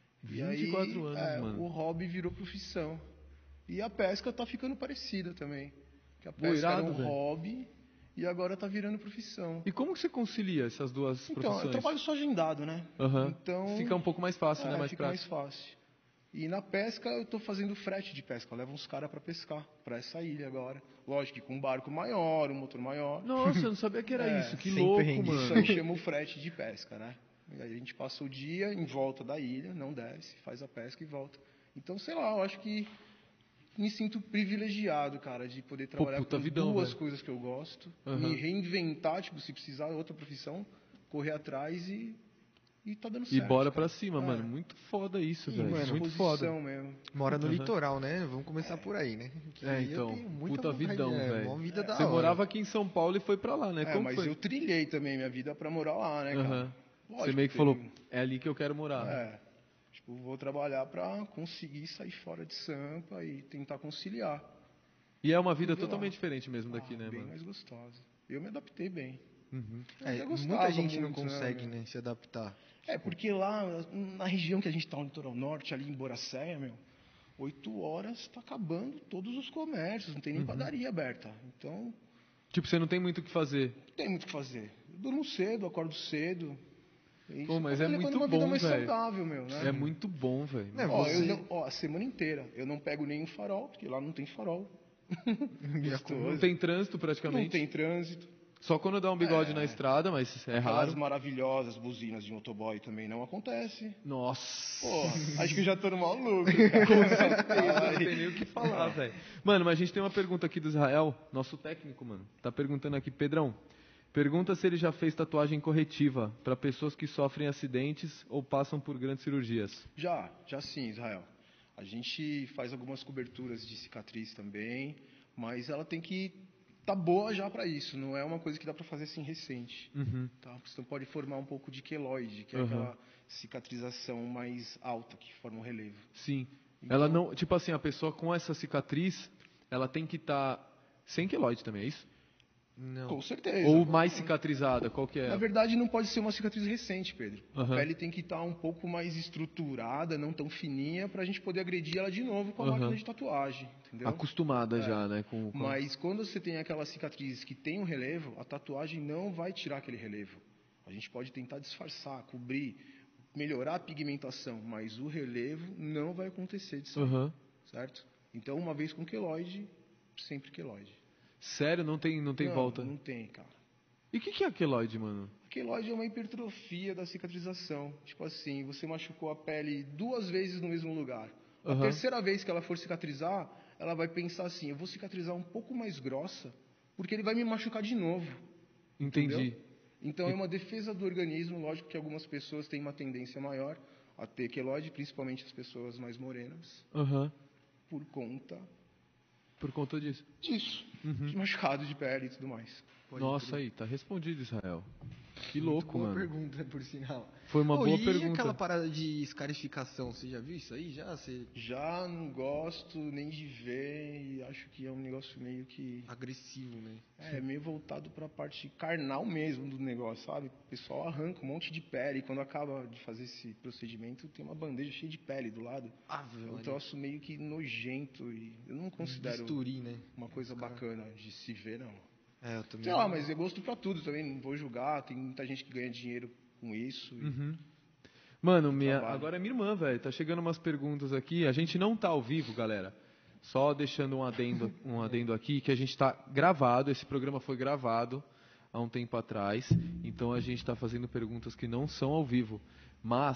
E vinte e quatro aí, anos, é, mano. o hobby virou profissão. E a pesca tá ficando parecida também. Que a Pô, pesca irado, era um velho. hobby e agora tá virando profissão. E como que você concilia essas duas Então, profissões? eu trabalho só agendado, né? Aham. Então. Fica um pouco mais fácil, é, né? Mais fica mais prático. fácil. E na pesca eu tô fazendo frete de pesca. Eu levo uns caras pra pescar, pra essa ilha agora. Lógico que com um barco maior, um motor maior. Nossa, eu não sabia que era É, isso. Que sem louco, perrengue. Isso mano. aí chama o frete de pesca, né? E aí a gente passa o dia em volta da ilha, não desce, faz a pesca e volta. Então, sei lá, eu acho que me sinto privilegiado, cara, de poder trabalhar puta com vidão, duas velho. coisas que eu gosto, Aham. me reinventar, tipo, se precisar outra profissão, correr atrás e, e tá dando E certo. bora cara. pra cima, É. mano. Muito foda isso, Ih, velho. mano, Muito Disposição foda. mesmo. Mora no Aham. litoral, né? Vamos começar por aí, né? Que É, aí eu então. tenho muita Puta vontade, vidão, é, mó velho. vida da Você hora. morava aqui em São Paulo e foi pra lá, né? É, Como mas foi? eu trilhei também minha vida pra morar lá, né, cara? Aham. Lógico Você meio que tem- falou, é ali que eu quero morar. É. Tipo, vou trabalhar pra conseguir sair fora de Sampa e tentar conciliar. E é uma vida Viver lá. totalmente diferente mesmo daqui, Ah, né, bem mano? mais gostosa. Eu me adaptei bem. Uhum. É, Eu já muita gostava gente não muito, né, consegue, meu? né, se adaptar. É, porque lá, na região que a gente tá, no litoral norte, ali em Boracéia, meu, oito horas tá acabando todos os comércios, não tem Uhum. nem padaria aberta. Então, Tipo, você não tem muito o que fazer. não tem muito o que fazer. Eu durmo cedo, acordo cedo. Isso Pô, mas tá é me levando muito uma vida bom, mais velho. saudável, meu, né? É muito bom, velho. É, Ó, você- eu não- ó, a semana inteira, eu não pego nenhum farol, porque lá não tem farol. Gostoso. Não tem trânsito praticamente. Não tem trânsito. Só quando dá um bigode É. na estrada, mas é Aquelas raro. maravilhosas buzinas de motoboy também não acontece. Nossa. Porra, acho que eu já tô no maluco. Não tem nem o que falar, velho. Mano, mas a gente tem uma pergunta aqui do Israel, nosso técnico, mano. Tá perguntando aqui, Pedrão, Pergunta se ele já fez tatuagem corretiva para pessoas que sofrem acidentes ou passam por grandes cirurgias. Já, já sim, Israel. A gente faz algumas coberturas de cicatriz também, mas ela tem que estar tá boa já para isso. Não é uma coisa que dá para fazer assim recente. Uhum. Tá? Porque você pode formar um pouco de queloide, que é Uhum. aquela cicatrização mais alta que forma o relevo. Sim. Então- Ela não, tipo assim, a pessoa com essa cicatriz, ela tem que estar sem queloide também, é isso? Não. Com certeza. Ou mais cicatrizada, qual que é? Na verdade, não pode ser uma cicatriz recente, Pedro. Uhum. A pele tem que estar um pouco mais estruturada, não tão fininha, para a gente poder agredir ela de novo com a Uhum. máquina de tatuagem, entendeu? Acostumada É. já, né? Com, com... Mas quando você tem aquela cicatriz que tem um relevo, a tatuagem não vai tirar aquele relevo. A gente pode tentar disfarçar, cobrir, melhorar a pigmentação, mas o relevo não vai acontecer de sair, Uhum. certo? Então, uma vez com queloide, sempre queloide. Sério, não tem, não tem não, volta? Não tem, cara. E o que, que é queloide, mano? Queloide é uma hipertrofia da cicatrização. Tipo assim, você machucou a pele duas vezes no mesmo lugar. A Uhum. terceira vez que ela for cicatrizar, ela vai pensar assim, eu vou cicatrizar um pouco mais grossa, porque ele vai me machucar de novo. Entendi. Entendeu? Então é uma defesa do organismo. Lógico que algumas pessoas têm uma tendência maior a ter queloide, principalmente as pessoas mais morenas, Aham. por conta Por conta disso. disso. Uhum. De machucado de pele e tudo mais. Pode Nossa, crer. aí, tá respondido, Israel. Que Muito louco, boa mano. pergunta, por sinal. Foi uma Ô, boa e pergunta. aquela parada de escarificação, você já viu isso aí? Já? Você... Já não gosto nem de ver e acho que é um negócio meio que... Agressivo, né? É, meio voltado para a parte carnal mesmo do negócio, sabe? O pessoal arranca um monte de pele e quando acaba de fazer esse procedimento tem uma bandeja cheia de pele do lado. Ave É um Maria. troço meio que nojento e eu não considero Bisturi, né? uma coisa bacana de se ver, não. É, eu também. Sei lá, mas é gosto pra tudo também, não vou julgar, tem muita gente que ganha dinheiro com isso. e- Uhum. Mano, minha, Trabalho. agora é minha irmã, velho. Tá chegando umas perguntas aqui. A gente não tá ao vivo, galera. Só deixando um adendo, um adendo aqui, que a gente tá gravado. Esse programa foi gravado há um tempo atrás. Então a gente tá fazendo perguntas que não são ao vivo. Mas,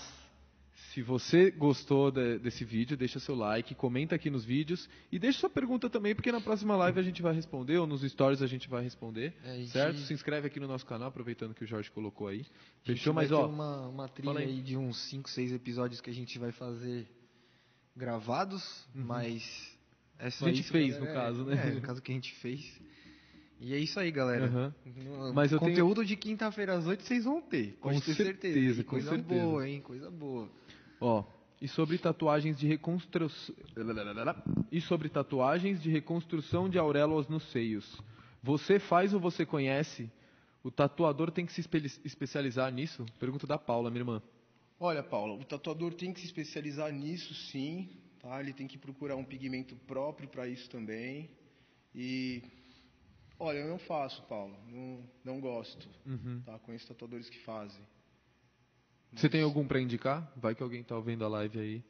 se você gostou de- desse vídeo, deixa seu like, comenta aqui nos vídeos e deixa sua pergunta também, porque na próxima live a gente vai responder, ou nos stories a gente vai responder, É, a gente- certo? Se inscreve aqui no nosso canal, aproveitando que o Jorge colocou aí. A gente Fechou? vai Mas, ter ó, uma, uma trilha fala aí. aí de uns cinco, seis episódios que a gente vai fazer gravados, mas é só A gente isso, fez, galera. no caso, né? É, no caso que a gente fez. E é isso aí, galera. Aham. No- Mas eu tenho- Conteúdo de quinta-feira às oito vocês vão ter. Com Pode ter certeza, certeza. E com coisa certeza. boa, hein? Coisa boa. Ó, e sobre tatuagens de reconstrução... E sobre tatuagens de reconstrução de auréolas nos seios. Você faz ou você conhece? O tatuador tem que se espe- especializar nisso? Pergunta da Paula, minha irmã. Olha, Paula, o tatuador tem que se especializar nisso, sim. Tá? Ele tem que procurar um pigmento próprio para isso também. E, olha, eu não faço, Paula. Não, não gosto. Uhum. Tá? Conheço tatuadores que fazem. Você tem algum pra indicar? Vai que alguém tá vendo a live aí.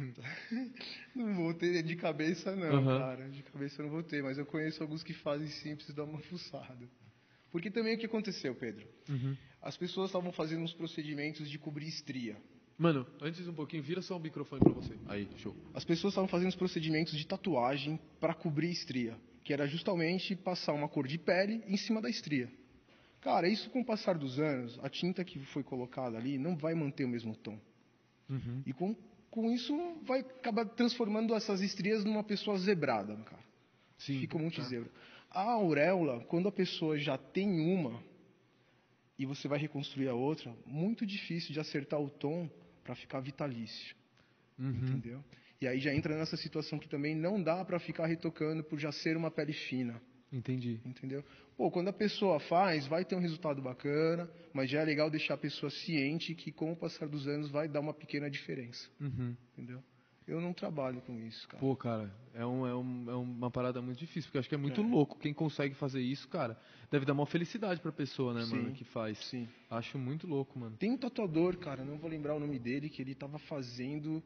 Não vou ter de cabeça, não, Aham. cara. De cabeça eu não vou ter, mas eu conheço alguns que fazem sim, preciso dar uma fuçada. Porque também o que aconteceu, Pedro? Uhum. As pessoas estavam fazendo uns procedimentos de cobrir estria. Mano, antes um pouquinho, vira só o microfone pra você. Aí, show. As pessoas estavam fazendo os procedimentos de tatuagem para cobrir estria, que era justamente passar uma cor de pele em cima da estria. Cara, isso com o passar dos anos, a tinta que foi colocada ali não vai manter o mesmo tom. Uhum. E com, com isso vai acabar transformando essas estrias numa pessoa zebrada, cara. Sim. Fica um monte de zebra. A auréola, quando a pessoa já tem uma e você vai reconstruir a outra, muito difícil de acertar o tom para ficar vitalício. Uhum. Entendeu? E aí já entra nessa situação que também não dá para ficar retocando por já ser uma pele fina. Entendi. Entendeu? Pô, quando a pessoa faz, vai ter um resultado bacana, mas já é legal deixar a pessoa ciente que com o passar dos anos vai dar uma pequena diferença. Uhum. Entendeu? Eu não trabalho com isso, cara. Pô, cara, é, um, é, um, é uma parada muito difícil, porque eu acho que é muito É. louco. Quem consegue fazer isso, cara, deve dar uma felicidade pra pessoa, né, Sim, mano, que faz. sim. Acho muito louco, mano. Tem um tatuador, cara, não vou lembrar o nome dele, que ele estava fazendo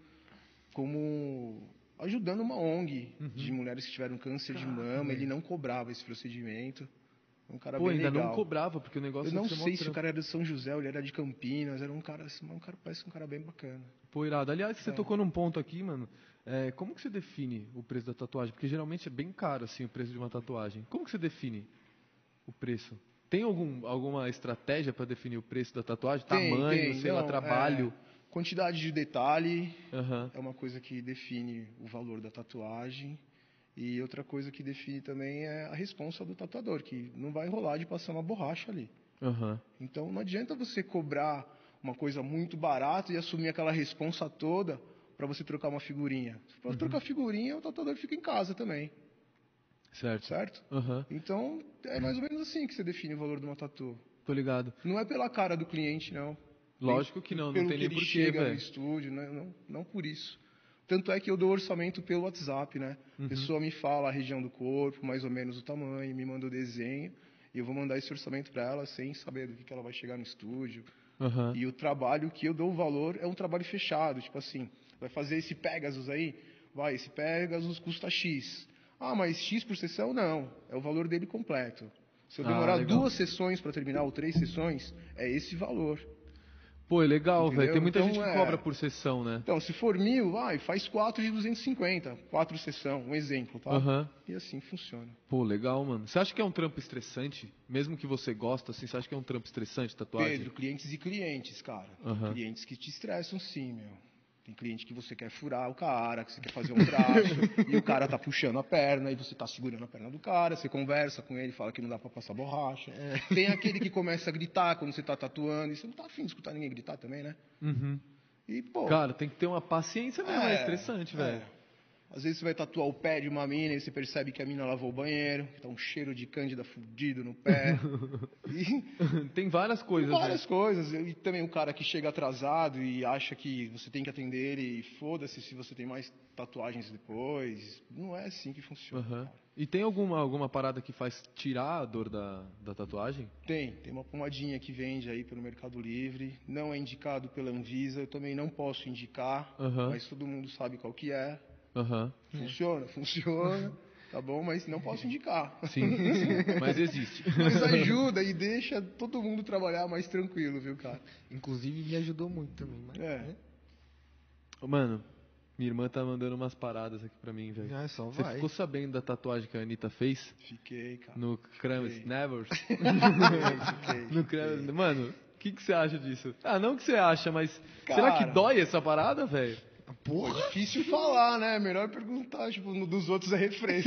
como ajudando uma O N G Uhum. de mulheres que tiveram câncer de Caraca, mama. velho. Ele não cobrava esse procedimento. Um cara Pô, bem ainda legal. não cobrava, porque o negócio Eu não deve ser mó sei se o trampo. cara era de São José ou ele era de Campinas. Era um cara, assim, um cara parece um cara bem bacana. Pô, irado. Aliás, você É. tocou num ponto aqui, mano. É, como que você define o preço da tatuagem? Porque geralmente é bem caro, assim, o preço de uma tatuagem. Como que você define o preço? Tem algum, alguma estratégia pra definir o preço da tatuagem? Tem, Tamanho, tem. sei lá, Não, trabalho? é, quantidade de detalhe Aham. é uma coisa que define o valor da tatuagem. E outra coisa que define também é a responsa do tatuador, que não vai rolar de passar uma borracha ali. Aham. Então não adianta você cobrar uma coisa muito barata e assumir aquela responsa toda para você trocar uma figurinha. Se for Uhum. trocar figurinha, o tatuador fica em casa também, Certo. certo? Aham. Então é mais ou menos assim que você define o valor de uma tatu. Tô ligado. Não é pela cara do cliente, não. Lógico que não, não Pelo tem que nem ele porquê, chega no velho. estúdio, não, não, não por isso. Tanto é que eu dou orçamento pelo WhatsApp, né? Uhum. A pessoa me fala a região do corpo, mais ou menos o tamanho, me manda o desenho, e eu vou mandar esse orçamento para ela sem saber do que, que ela vai chegar no estúdio. Aham. E o trabalho que eu dou o valor é um trabalho fechado, tipo assim, vai fazer esse Pegasus aí? Vai, esse Pegasus custa X. Ah, mas X por sessão? Não, é o valor dele completo. Se eu Ah, demorar legal. duas sessões para terminar, ou três sessões, é esse valor. Pô, é legal, Entendeu? velho. Tem muita Então, gente que é- cobra por sessão, né? Então, se for mil, vai, faz quatro de duzentos e cinquenta, quatro sessão, um exemplo, tá? Aham. E assim funciona. Pô, legal, mano. Você acha que é um trampo estressante? Mesmo que você gosta, assim, você acha que é um trampo estressante, tatuagem? Pedro, clientes e clientes, cara. Tem Aham. clientes que te estressam sim, meu. Tem cliente que você quer furar o cara, que você quer fazer um traço, e o cara tá puxando a perna, e você tá segurando a perna do cara, você conversa com ele, fala que não dá pra passar borracha. Tem aquele que começa a gritar quando você tá tatuando, e você não tá afim de escutar ninguém gritar também, né? Uhum. E, pô... Cara, tem que ter uma paciência mesmo, é, É, estressante, é. velho. Às vezes você vai tatuar o pé de uma mina e você percebe que a mina lavou o banheiro, que tá um cheiro de cândida fudido no pé. E Tem várias coisas, várias né? coisas. E também o cara que chega atrasado e acha que você tem que atender ele e foda-se se você tem mais tatuagens depois. Não é assim que funciona. Aham. cara. E tem alguma, alguma parada que faz tirar a dor da, da tatuagem? Tem, tem uma pomadinha que vende aí pelo Mercado Livre. Não é indicado pela Anvisa, eu também não posso indicar, Aham. mas todo mundo sabe qual que é. Aham. Funciona, funciona, tá bom? Mas não posso indicar. Sim, sim. Mas existe. Mas ajuda e deixa todo mundo trabalhar mais tranquilo, viu, cara? Inclusive me ajudou muito também. Mas, É. né? Mano, minha irmã tá mandando umas paradas aqui pra mim, velho. Ah, só Você vai. ficou sabendo da tatuagem que a Anitta fez? Fiquei, cara. No Kramis Fiquei. Nevers? Fiquei, No fiquei. Kramis... Mano, o que, que você acha disso? Ah, não que você acha, mas Cara. será que dói essa parada, velho? Pô, difícil falar, né? Melhor perguntar, tipo, no dos outros é refresco.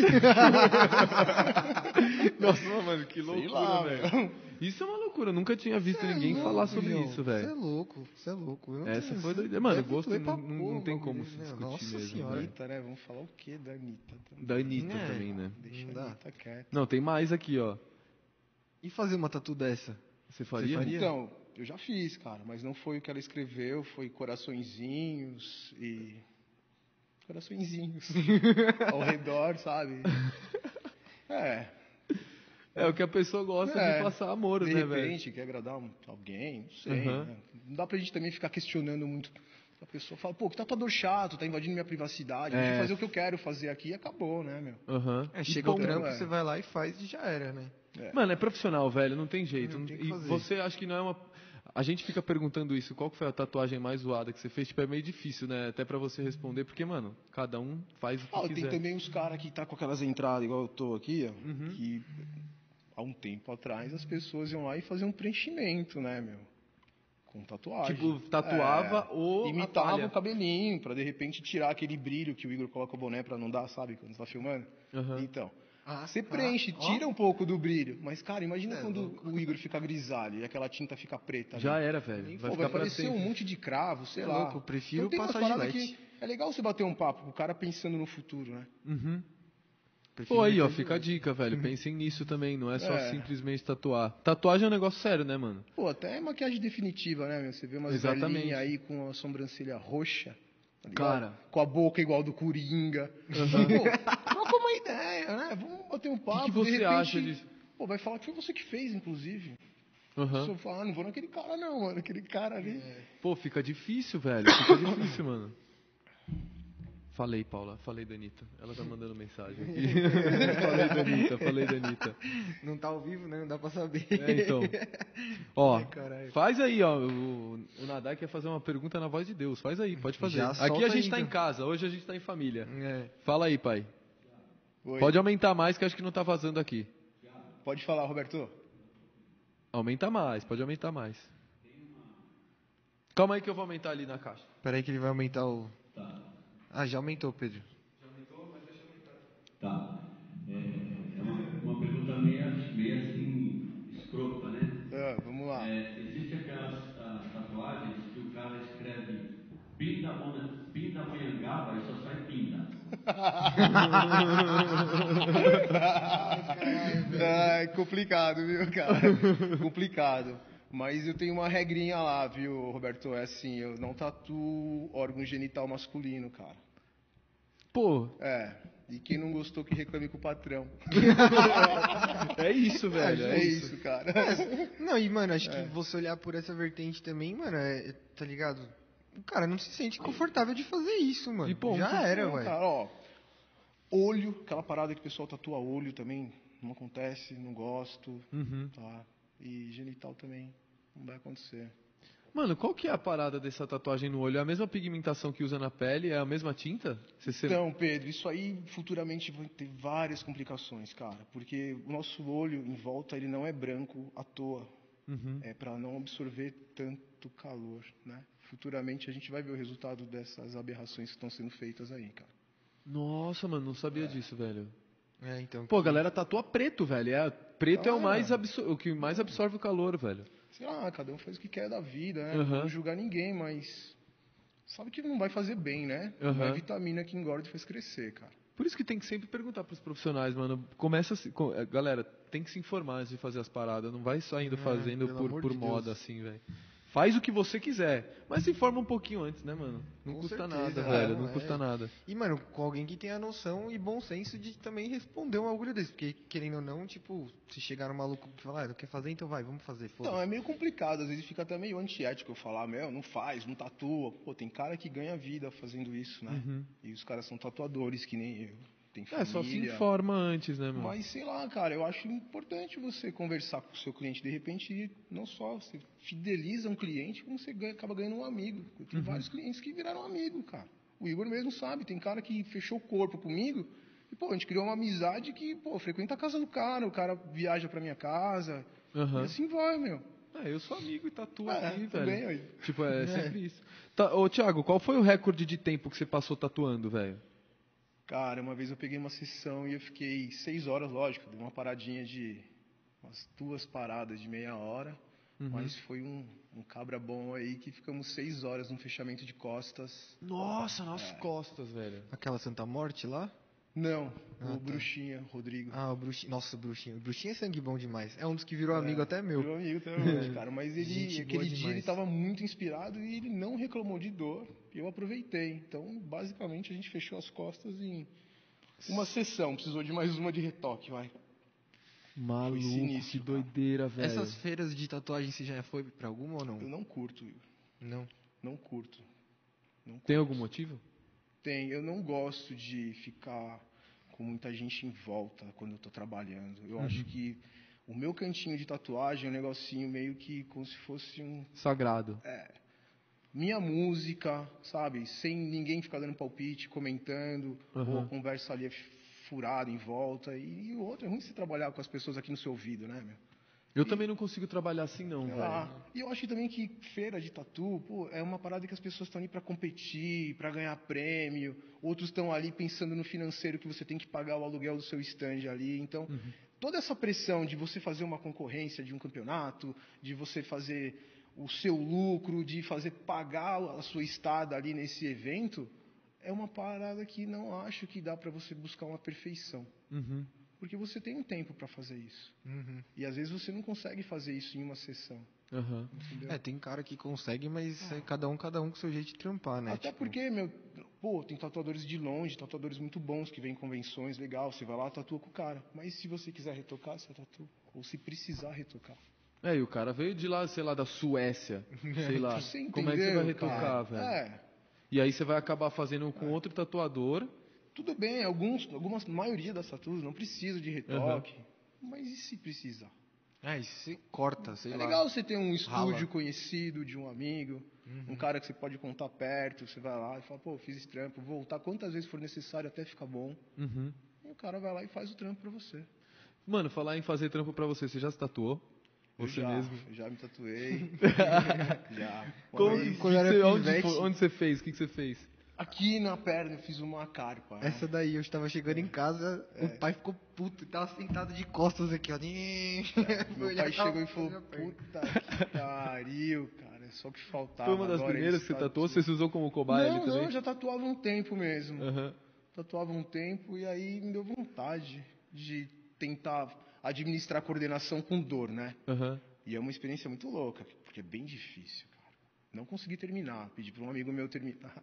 Nossa, mano, que Sei loucura, lá, velho. meu. Isso é uma loucura, eu nunca tinha visto Cê é ninguém louco, falar sobre João. isso, Você é velho. louco, você é louco. Eu não Essa tenho- foi doideira. Mano, deve gosto doer não, pra não, porra não tem o como bagulho, se né? discutir Nossa mesmo, senhora. velho. Anitta, né? Vamos falar o quê da Anitta? também? Da Anitta É. também, né? Deixa Não a dá. Anitta quieta. Não, tem mais aqui, ó. E fazer uma tatu dessa? Você faria? faria? Então, eu já fiz, cara, mas não foi o que ela escreveu, foi coraçõezinhos e... Coraçõezinhos ao redor, sabe? É, É o que a pessoa gosta É, de passar amor, de né, velho? repente quer agradar um- alguém, não sei. Aham. Né? Não dá pra gente também ficar questionando muito. A pessoa fala, pô, que tatuador chato, tá invadindo minha privacidade, deixa É. eu fazer o que eu quero fazer aqui e acabou, né, meu? Aham. É, E chega o bom, trampo, é. você vai lá e faz e já era, né? Mano, é profissional, velho, não tem jeito. Não tem o que E fazer. você acha que não é uma... A gente fica perguntando isso, qual que foi a tatuagem mais zoada que você fez? Tipo, é meio difícil, né? Até pra você responder, porque, mano, cada um faz o que Ah, tem quiser. também os caras que tá com aquelas entradas, igual eu tô aqui, ó, Uhum. que há um tempo atrás as pessoas iam lá e faziam um preenchimento, né, meu? Com tatuagem. Tipo, tatuava É, ou imitava atalha. o cabelinho, pra de repente tirar aquele brilho que o Igor coloca o boné pra não dar, sabe, quando você tá filmando. Aham. Então, Ah, você ah, preenche, ó. tira um pouco do brilho. Mas, cara, imagina É quando louco. o Igor fica grisalho e aquela tinta fica preta. Já ali. era, velho. Nem Vai Pô, ficar vai pra parecer sempre. um monte de cravo, sei É lá. louco, eu prefiro então, tem umas passar paradas Gillette. que é legal você bater um papo com o cara pensando no futuro, né? Uhum. Prefiro Pô, aí, ó, meter fica a Gillette. dica, velho. Pensem nisso também, não é só É. simplesmente tatuar. Tatuagem é um negócio sério, né, mano? Pô, até é maquiagem definitiva, né, meu? Você vê umas Exatamente. velhinhas aí com a sobrancelha roxa, tá ligado? Cara. Com a boca igual do Coringa. Pô, troca uma ideia, né? Vamos bater um papo. que de você repente, acha disso? Pô, vai falar que foi você que fez, inclusive. A Aham. pessoa fala, ah, não vou naquele cara não, mano. Aquele cara ali. Pô, fica difícil, velho. Fica difícil, mano. Falei, Paula. Falei da Anitta. Ela tá mandando mensagem aqui. falei da Anitta, falei da Anitta. Não tá ao vivo, né? Não dá pra saber. É, então. Ó, Ai, caralho. faz aí, ó. O, o Nadar quer fazer uma pergunta na voz de Deus. Faz aí, pode fazer. Já Aqui solta a gente aí, tá em então. casa, hoje a gente tá em família. É. Fala aí, pai. Oi. Pode aumentar mais que acho que não tá vazando aqui. Pode falar, Roberto. Aumenta mais, pode aumentar mais. Calma aí que eu vou aumentar ali na caixa. Peraí que ele vai aumentar o... Tá. Ah, já aumentou, Pedro. Já aumentou, mas deixa eu aumentar. Tá. É, é uma, uma pergunta meio, meio assim, escrota, né? Ah, vamos lá. É, existe aquelas ah, tatuagens que o cara escreve Pinda, Pindamonhangaba e só sai Pinda. Ah, é complicado, viu, cara? Complicado. Mas eu tenho uma regrinha lá, viu, Roberto? É assim, eu não tatuo órgão genital masculino, cara. Pô, É. E quem não gostou que reclame com o patrão. é isso, velho. É, isso, cara. Não, e, mano, acho que você olhar por essa vertente também, mano, é, tá ligado? O cara não se sente confortável de fazer isso, mano. E ponto. Já era, Não, ué. cara, ó. Olho, aquela parada que o pessoal tatua olho também, não acontece, não gosto, Uhum. tá? E genital também, não vai acontecer. Mano, qual que é a parada dessa tatuagem no olho? É a mesma pigmentação que usa na pele? É a mesma tinta? Você se- Então, Pedro, isso aí futuramente vai ter várias complicações, cara, porque o nosso olho em volta ele não é branco à toa, Uhum. é para não absorver tanto calor, né? Futuramente a gente vai ver o resultado dessas aberrações que estão sendo feitas aí, cara. Nossa, mano, não sabia disso, velho. É, então. Pô, a galera tatua preto, velho. É, preto é o, Ah. mais absor- o que mais absorve o calor, velho. Sei lá, cada um faz o que quer da vida, né? Uhum. Não julgar ninguém, mas sabe que não vai fazer bem, né? Uhum. Não é vitamina que engorda e faz crescer, cara. Por isso que tem que sempre perguntar pros profissionais, mano. Começa assim, co- eh, galera, tem que se informar antes de fazer as paradas. Não vai só indo É, fazendo pelo por, amor por de moda, Deus. assim, velho. Faz o que você quiser, mas se informa um pouquinho antes, né, mano? Não Com custa certeza, nada, é, velho. não Não é. custa nada. E, mano, com alguém que tenha noção e bom senso de também responder um bagulho desse. Porque, querendo ou não, tipo, se chegar um maluco que fala, ah, não quer fazer, então vai, vamos fazer, Então, foda-se. é meio complicado, às vezes fica até meio antiético eu falar, meu, não faz, não tatua. Pô, tem cara que ganha vida fazendo isso, né? Uhum. E os caras são tatuadores, que nem eu. Tem É, família. só se informa antes, né, mano? Mas sei lá, cara, eu acho importante você conversar com o seu cliente. De repente, não só você fideliza um cliente, como você ganha, acaba ganhando um amigo. Eu tenho vários clientes que viraram amigo, cara. O Igor mesmo sabe, tem cara que fechou o corpo comigo e, pô, a gente criou uma amizade que, pô, frequenta a casa do cara, o cara viaja pra minha casa. Aham. E assim vai, meu. É, eu sou amigo e tatuo É, aqui, também, velho. aí. Tipo, é sempre isso. Tá, ô, Thiago, qual foi o recorde de tempo que você passou tatuando, velho? Cara, uma vez eu peguei uma sessão e eu fiquei seis horas, lógico, dei uma paradinha de umas duas paradas de meia hora, Uhum. mas foi um, um cabra bom aí que ficamos seis horas num fechamento de costas. Nossa, nas É. costas, velho. Aquela Santa Morte lá? Não, Ah, o tá. Bruxinha, Rodrigo. Ah, o Bruxinho. Nossa, o Bruxinho. O Bruxinho é sangue bom demais. É um dos que virou amigo até meu. Meu amigo até hoje, cara. Mas ele, Gente aquele boa dia demais. ele estava muito inspirado e ele não reclamou de dor. E eu aproveitei. Então, basicamente, a gente fechou as costas em uma sessão. Precisou de mais uma de retoque, vai. Maluco, sinistro, que cara. doideira, velho. Essas feiras de tatuagem, você já foi pra alguma ou não? Eu não curto, Igor. Não. Não curto. Não Tem curto. algum motivo? Tem. Eu não gosto de ficar com muita gente em volta quando eu tô trabalhando. Eu Uhum. acho que o meu cantinho de tatuagem é um negocinho meio que como se fosse um Sagrado. minha música, sabe? Sem ninguém ficar dando palpite, comentando, Uhum. ou a conversa ali é furada em volta. E, e o outro, é ruim você trabalhar com as pessoas aqui no seu ouvido, né, meu? Eu também não consigo trabalhar assim, não, Sei velho. lá. E eu acho também que feira de tatu, pô, é uma parada que as pessoas estão ali para competir, para ganhar prêmio. Outros estão ali pensando no financeiro que você tem que pagar o aluguel do seu stand ali. Então, toda essa pressão de você fazer uma concorrência de um campeonato, de você fazer o seu lucro, de fazer pagar a sua estada ali nesse evento, é uma parada que não acho que dá para você buscar uma perfeição. Uhum. Porque você tem um tempo para fazer isso. Uhum. E às vezes você não consegue fazer isso em uma sessão. Aham. Entendeu? É, tem cara que consegue, mas é cada um, cada um com o seu jeito de trampar, né? Até Tipo, porque, meu, pô, tem tatuadores de longe, tatuadores muito bons que vêm em convenções, legal, você vai lá, tatua com o cara. Mas se você quiser retocar, você tatua. Ou se precisar retocar. É, e o cara veio de lá, sei lá, da Suécia. Sei lá. Você Como é que você vai entendeu, retocar, cara? velho? É, E aí você vai acabar fazendo com outro tatuador. tudo bem, alguns, algumas, maioria das tatuas não precisa de retoque. Mas e se precisar? é, e você corta, sei É lá. legal você ter um estúdio Rala. conhecido de um amigo, um cara que você pode contar perto, você vai lá e fala, pô, fiz esse trampo, vou voltar quantas vezes for necessário até ficar bom. Uhum. E o cara vai lá e faz o trampo pra você. Mano, falar em fazer trampo pra você, você já se tatuou? Eu Você já, mesmo? já me tatuei. já. Como, Mas que quando era você- onde, pivete- foi- onde você fez? O que, que você fez? aqui na perna eu fiz uma carpa. né? Essa daí, eu estava chegando em casa, É. o pai ficou puto, tava sentado de costas aqui, ó. Meu pai chegou e falou, puta que pariu, cara, só que faltava. Foi uma das agora primeiras eles que você tatuam. tatuou? Você se usou como cobaia ali Não, também? não, já tatuava um tempo mesmo. Aham. Tatuava um tempo e aí me deu vontade de tentar administrar a coordenação com dor, né? Aham. E é uma experiência muito louca, porque é bem difícil, cara. Não consegui terminar, pedi para um amigo meu terminar.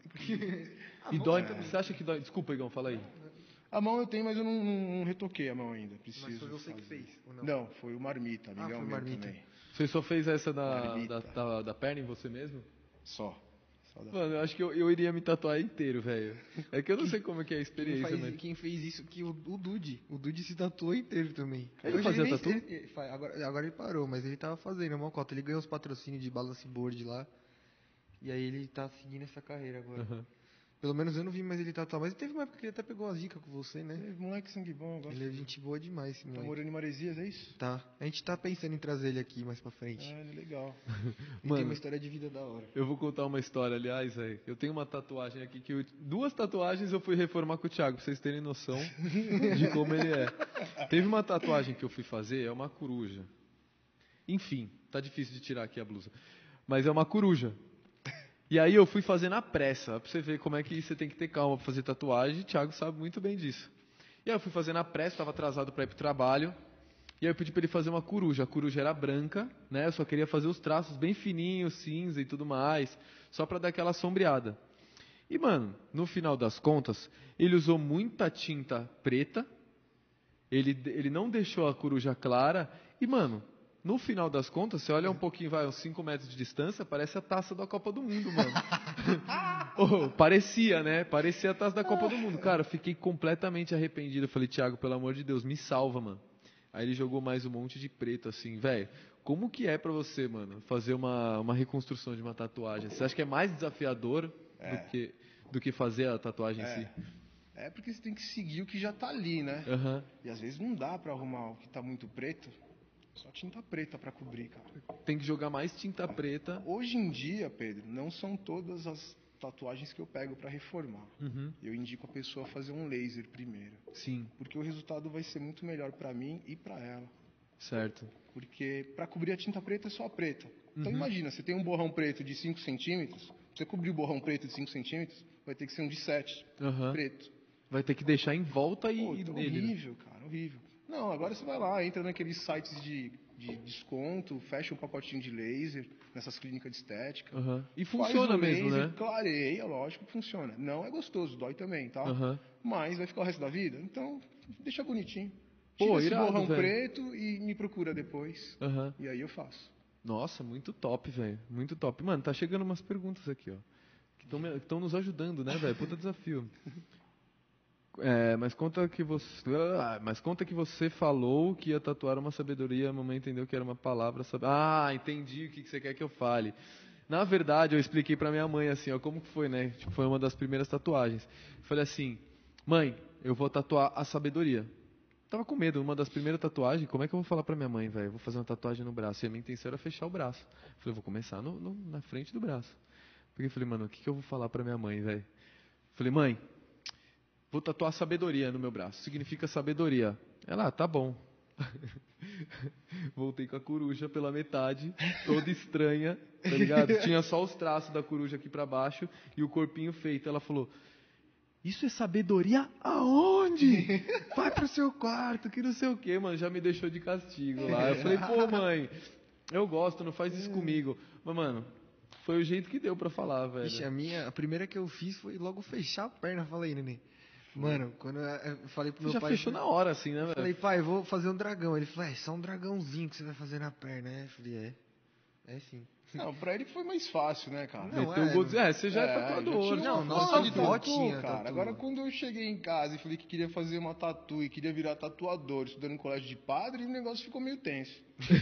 E dói, você acha que dói? Desculpa, Igão, fala aí. A mão eu tenho, mas eu não, não- não retoquei a mão ainda. Preciso Mas foi você que fazer. fez, ou não? Não, foi o Marmita, amigão foi o meu Marmita. também. Você só fez essa da, Marmita. da, da, da perna em você mesmo? Só. Só da- Mano, eu acho que eu, eu iria me tatuar inteiro, velho. É que eu não sei como é que é a Quem, experiência, faz- mas... quem fez isso que o, o Dude. O Dude se tatuou inteiro também. Ele Hoje fazia nem- tatu? ele- ele fa- agora, agora ele parou, mas ele tava fazendo, é uma cota. Ele ganhou os patrocínios de balance board lá. E aí ele tá seguindo essa carreira agora. Aham. Pelo menos eu não vi mais ele tatuar. Mas teve uma época que ele até pegou as dicas com você, né? Esse Moleque sangue bom, eu gosto. Ele é gente boa demais, esse Tá moleque. morando em Maresias, é isso? Tá. A gente tá pensando em trazer ele aqui mais pra frente. Ah, ele é legal. Ele tem Mano. uma história de vida da hora. Eu vou contar uma história, aliás, velho. Eu tenho uma tatuagem aqui que eu... Duas tatuagens eu fui reformar com o Thiago, pra vocês terem noção de como ele é. Teve uma tatuagem que eu fui fazer, é uma coruja. Enfim, tá difícil de tirar aqui a blusa. Mas é uma coruja. E aí eu fui fazer na pressa, pra você ver como é que você tem que ter calma pra fazer tatuagem. O Thiago sabe muito bem disso. E aí eu fui fazer na pressa, tava atrasado pra ir pro trabalho. E aí eu pedi pra ele fazer uma coruja. A coruja era branca, né? Eu só queria fazer os traços bem fininhos, cinza e tudo mais. Só pra dar aquela sombreada. E, mano, no final das contas, ele usou muita tinta preta. Ele, ele não deixou a coruja clara. E, mano, no final das contas, você olha um pouquinho, vai, uns cinco metros de distância, parece a taça da Copa do Mundo, mano. Oh, parecia, né? Parecia a taça da Copa do Mundo. Cara, eu fiquei completamente arrependido. Eu falei, Thiago, pelo amor de Deus, me salva, mano. Aí ele jogou mais um monte de preto, assim, velho. Como que é pra você, mano, fazer uma, uma reconstrução de uma tatuagem? Você acha que é mais desafiador É. do, que, do que fazer a tatuagem em si? É porque você tem que seguir o que já tá ali, né? Aham. E às vezes não dá pra arrumar o que tá muito preto. Só tinta preta pra cobrir, cara. Tem que jogar mais tinta preta. Hoje em dia, Pedro, não são todas as tatuagens que eu pego pra reformar. Uhum. Eu indico a pessoa fazer um laser primeiro. Sim, Porque o resultado vai ser muito melhor pra mim e pra ela. certo. Porque pra cobrir a tinta preta é só a preta. Então Uhum. imagina, você tem um borrão preto de cinco centímetros, pra você cobrir o borrão preto de cinco centímetros, vai ter que ser um de sete, Aham. preto. Vai ter que deixar em volta e, Pô, e tá nele. né? horrível, cara, horrível. Não, agora você vai lá, entra naqueles sites de, de desconto, fecha um pacotinho de laser, nessas clínicas de estética. Aham. E Faz funciona o mesmo, laser, né? clareia, lógico que funciona. Não é gostoso, dói também, tá? Aham. Mas vai ficar o resto da vida, então deixa bonitinho. Pô, Tira esse irado, borrão velho. preto e me procura depois. Aham. E aí eu faço. Nossa, muito top, velho. Muito top. Mano, tá chegando umas perguntas aqui, ó. Que estão nos ajudando, né, velho? Puta desafio. É, mas conta que você. Ah, mas conta que você falou que ia tatuar uma sabedoria, a mamãe entendeu que era uma palavra. Sab... Ah, entendi o que que você quer que eu fale. Na verdade, eu expliquei pra minha mãe assim, ó, como que foi, né? Tipo, foi uma das primeiras tatuagens. Falei assim, mãe, eu vou tatuar a sabedoria. Tava com medo, uma das primeiras tatuagens, como é que eu vou falar pra minha mãe, velho? Vou fazer uma tatuagem no braço. E a minha intenção era fechar o braço. Falei, vou começar no, no- na frente do braço. Porque eu falei, mano, o que, que eu vou falar pra minha mãe, velho? Falei, mãe, vou tatuar sabedoria no meu braço. Significa sabedoria. Ela, ah, tá bom. Voltei com a coruja pela metade, toda estranha, tá ligado? Tinha só os traços da coruja aqui pra baixo e o corpinho feito. Ela falou, isso é sabedoria aonde? Vai pro seu quarto, que não sei o que, mano. Já me deixou de castigo lá. Eu falei, pô, mãe, eu gosto, não faz isso comigo. Mas, mano, foi o jeito que deu pra falar, velho. Ixi, a minha, a primeira que eu fiz foi logo fechar a perna. Fala aí, Nenê. Mano, quando eu, eu falei pro Você meu já pai... fechou na hora, assim, né, Eu velho? falei, pai, eu vou fazer um dragão. Ele falou, é só um dragãozinho que você vai fazer na perna, né? Eu falei, é. É sim. Não, pra ele foi mais fácil, né, cara? Não, Meteu é, o gol de- É, você já é, É, tatuador. já tinha Não, uma nossa, foto de avó tatu, tinha cara. tatu. Agora, quando eu cheguei em casa e falei que queria fazer uma tatu e queria virar tatuador, estudando em colégio de padre, o negócio ficou meio tenso.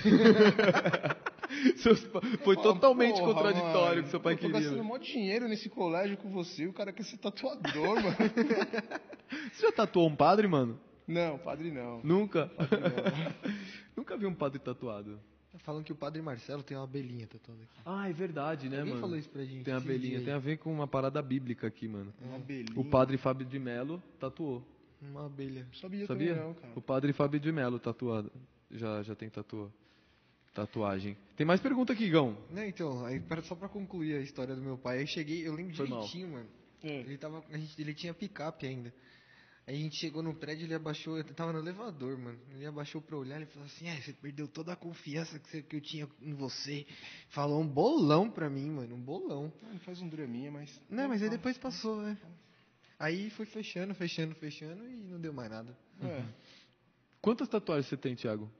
Seus pa- Foi Eu falo, totalmente porra, contraditório mano, com seu pai eu tô queria. gastando velho. mó dinheiro nesse colégio com você e o cara quer ser tatuador, mano. Você já tatuou um padre, mano? Não, padre não. Nunca? Padre não. Nunca vi um padre tatuado. Falam que o Padre Marcelo tem uma abelhinha tatuada aqui. Ah, é verdade, né, Alguém mano? falou isso pra gente. Tem a esses abelhinha, dias tem aí. a ver com uma parada bíblica aqui, mano. Uma abelhinha. O padre Fábio de Mello tatuou. Uma abelha. Sabia, Sabia? também não, cara. O padre Fábio de Mello tatuado. Já, já tem tatua... tatuagem. Tem mais pergunta aqui, Gão. Não, então, aí, pra- só pra concluir a história do meu pai, aí cheguei, eu lembro Foi mal. direitinho, mano. É. Ele tava, a gente, ele tinha picape ainda. Aí a gente chegou no prédio, ele abaixou, eu tava no elevador, mano. Ele abaixou pra olhar, ele falou assim: "É, você perdeu toda a confiança que, você- que eu tinha em você." Falou um bolão pra mim, mano, um bolão. Ah, ele faz um draminha, mas... Não, mas aí depois passou, né? Aí foi fechando, fechando, fechando e não deu mais nada. É. Quantas tatuagens você tem, Thiago?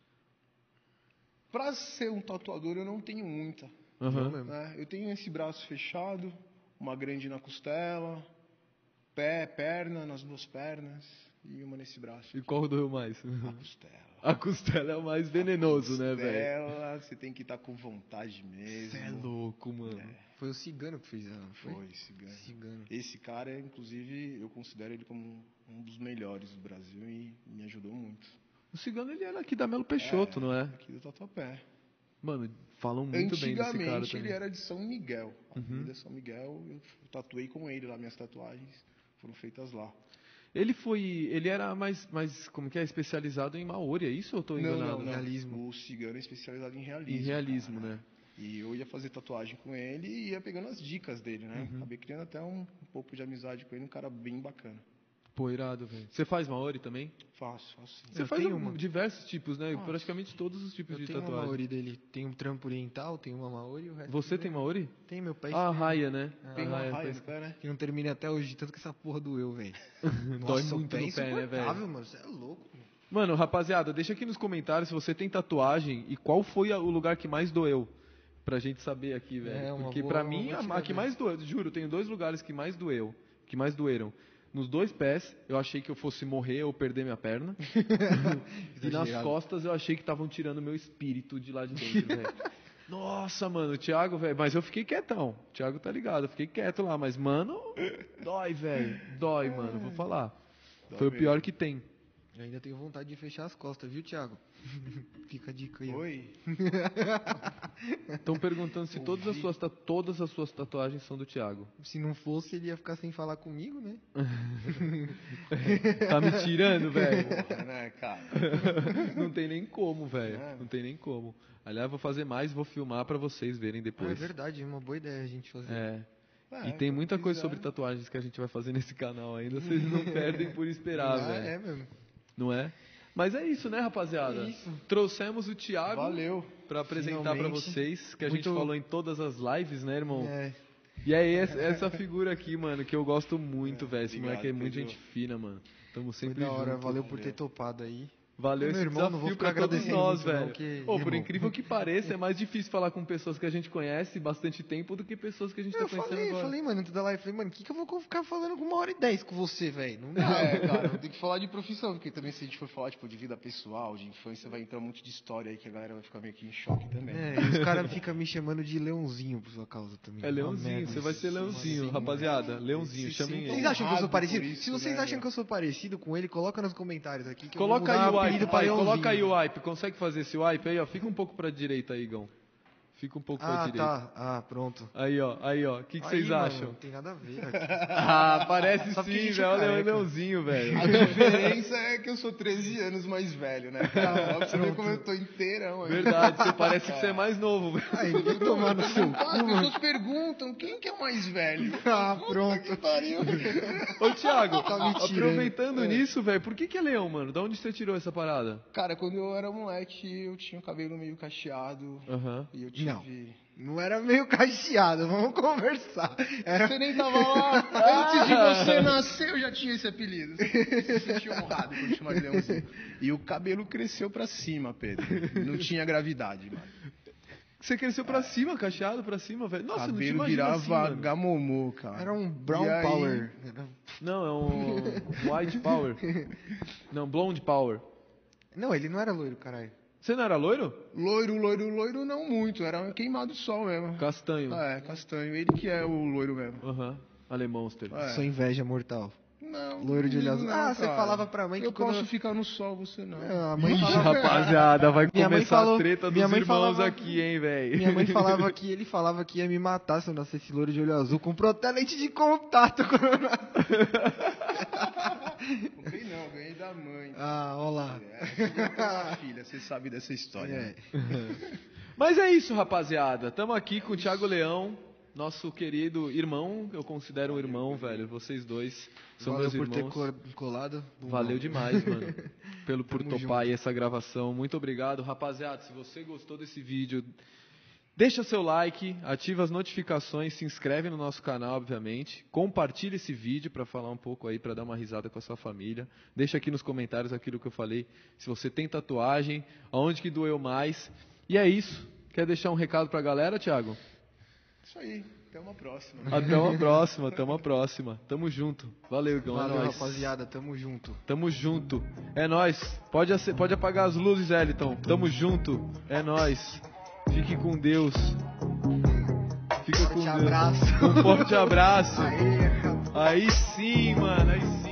Pra ser um tatuador, eu não tenho muita. Aham. Não mesmo. Né? Eu tenho esse braço fechado, uma grande na costela, pé, perna, nas duas pernas e uma nesse braço. E qual doeu mais? A costela. A costela é o mais venenoso, né, velho? Costela, você tem que estar com vontade mesmo. Você é louco, mano. Foi o cigano que fez ela, não foi? Foi, cigano. Cigano. Esse cara, inclusive, eu considero ele como um dos melhores do Brasil e me ajudou muito. O cigano, ele era aqui da Melo Peixoto, não é? Aqui do Tatuapé. Mano, falam muito bem desse cara Antigamente também. ele era de São Miguel. A Uhum. Avenida São Miguel, eu tatuei com ele lá, minhas tatuagens foram feitas lá. Ele foi... Ele era mais, mais... Como que é? Especializado em Maori, é isso ou eu tô enganado? Realismo. O cigano é especializado em realismo. Em realismo, cara. né? E eu ia fazer tatuagem com ele e ia pegando as dicas dele, né? Uhum. Acabei criando até um, um pouco de amizade com ele, um cara bem bacana. Pô, irado, velho. Você faz Maori também? Faço, faço sim. Você Eu faz tenho um- uma. diversos tipos, né? Nossa. Praticamente todos os tipos Eu de tenho uma tatuagem. Maori dele. Tem um trampo oriental, tem uma Maori e o resto... Você tudo tem é- Maori? Tem meu pé Ah, a esquerdo. raia, né? Tem A uma raia, raia pois- no pé, né? Que não termina até hoje, de tanto que essa porra doeu, velho. Dói Nossa, o muito pé é no pé, né, insuportável, velho? mano. Você é louco, mano. Mano, rapaziada, deixa aqui nos comentários se você tem tatuagem e qual foi a- o lugar que mais doeu. Pra gente saber aqui, velho. É, uma Porque boa- pra uma mim, boa a, a tiradinha. que mais doeu, juro, tenho dois lugares que mais doeu. Que mais doeram. Nos dois pés, eu achei que eu fosse morrer ou perder minha perna. E nas Exagerado. costas, eu achei que estavam tirando meu espírito de lá de dentro, velho. Nossa, mano, o Thiago, velho. Mas eu fiquei quietão. O Thiago tá ligado, eu fiquei quieto lá. Mas, mano, dói, velho. Dói, mano, vou falar. Dói Foi o pior mesmo. que tem. Eu ainda tenho vontade de fechar as costas, viu, Thiago? Fica a dica aí. ó. Oi? Estão perguntando se todas as, suas, ta- todas as suas tatuagens são do Thiago. Se não fosse, ele ia ficar sem falar comigo, né? Tá me tirando, velho? Porra, né, cara? Não tem nem como, velho. É. Não tem nem como. Aliás, vou fazer mais, vou filmar pra vocês verem Ah, é depois. verdade, é uma boa ideia a gente fazer. É. É, E tem quando muita coisa quiser. sobre tatuagens que a gente vai fazer nesse canal ainda. Vocês não perdem por esperar, Ah, velho. é mesmo. Não é? Mas é isso, né, rapaziada? É isso. Trouxemos o Thiago Valeu. pra apresentar pra Finalmente. vocês, que a gente Muito- falou em todas as lives, né, irmão? É, E é esse- essa figura aqui, mano, que eu gosto muito, velho. Esse obrigado, moleque é muito Pedro. gente fina, mano. Tamo foi sempre da hora, junto. valeu por valeu. ter topado aí. Valeu Meu esse irmão, não vou desafio ficar pra todos agradecendo nós, muito, não, velho. que- Ô, por irmão. incrível que pareça, é mais difícil falar com pessoas que a gente conhece bastante tempo do que pessoas que a gente Eu tá conhecendo falei, agora. falei, mano, antes da live, falei, mano, o que, que eu vou ficar falando com uma hora e dez com você, velho? Não dá. É, cara, eu tenho que falar de profissão, porque também se a gente for falar, tipo, de vida pessoal, de infância, vai entrar um monte de história aí que a galera vai ficar meio que em choque também. É, e os caras ficam me chamando de leãozinho por sua causa também. É Uma Leãozinho, merda você vai isso. ser Leãozinho, Sim, rapaziada. mano. Leãozinho, Se chamem sintam Vocês ele. acham que eu sou honrado parecido? por isso, Se vocês né, acham meu? que eu sou parecido com ele, coloca nos comentários aqui que Coloca eu vou aí mudar o apelido wipe, pra pai. Leãozinho. Coloca aí o wipe. Consegue fazer esse wipe aí, ó? Fica um pouco pra direita aí, Igão. Fica um pouco pra Ah, direita. tá. Ah, pronto. Aí, ó. Aí, ó. O que, que Aí, vocês mano, acham? Não tem nada a ver. Ah, parece Só porque a sim, gente velho. é Olha o careca. Leãozinho, velho. A diferença é que eu sou treze anos mais velho, né? Cara, ó, pra você ver como eu tô inteirão aí. Verdade, você parece que você é mais novo, velho. Aí, vai tomar no seu Ah, as cu, mano. pessoas perguntam quem que é o mais velho. Ah, pronto. Que pariu. Ô, Thiago, Tá me tirando. aproveitando nisso, velho, por que que é leão, mano? Da onde você tirou essa parada? Cara, quando eu era moleque, eu tinha o cabelo meio cacheado. Aham. E eu tive... Não era meio cacheado, vamos conversar. Era... Você nem tava lá. Antes de você nascer, eu já tinha esse apelido. Você se sentiu honrado por chamar de Leãozinho. E o cabelo cresceu pra cima, Pedro. Não tinha gravidade, mano. Você cresceu pra cima, cacheado pra cima, velho. Nossa, eu não te cabelo imagino virava assim, mano. gamomô, cara. Era um brown E aí- power. Era- Não, é um white power. Não, blonde power. Não, ele não era loiro, caralho. Você não era loiro? Loiro, loiro, loiro não muito. Era queimado de sol mesmo. Castanho. É, castanho. Ele que é o loiro mesmo. Aham. Alemãoster. É. Sua inveja mortal. Não. Loiro de olho comigo azul. não, Ah, você cara. falava pra mãe que eu quando posso eu- ficar no sol, você não. É, a mãe Ixi, falava... rapaziada, vai Minha mãe começar falou- a treta dos minha mãe irmãos falava- aqui, hein, velho. Minha mãe falava que ele falava que ia me matar se eu nascesse loiro de olho azul com protelente de contato. Comprei não, ganhei da mãe. Ah, olha lá. É, filha, você sabe dessa história. É. né? Mas é isso, rapaziada. Tamo aqui com o Thiago Leão, nosso querido irmão. Eu considero um irmão, velho. Vocês dois são Valeu meus por ter irmãos. cor- colado. Valeu demais, mano. Pelo por Tamo topar aí essa gravação. Muito obrigado, rapaziada. Se você gostou desse vídeo, deixa seu like, ativa as notificações, se inscreve no nosso canal, obviamente. Compartilha esse vídeo para falar um pouco aí, para dar uma risada com a sua família. Deixa aqui nos comentários aquilo que eu falei. Se você tem tatuagem, aonde que doeu mais. E é isso. Quer deixar um recado pra galera, Thiago? Isso aí, até uma próxima. Até uma próxima, até uma próxima. Tamo junto. Valeu, Igão. Valeu, é nóis. rapaziada. Tamo junto. Tamo junto. É nóis. Pode, ace- pode apagar as luzes, Eliton. Tamo junto. É nóis. Fique com Deus. Fica com Forte Deus. abraço. Um forte abraço. Aê, Aí sim, mano. Aí sim.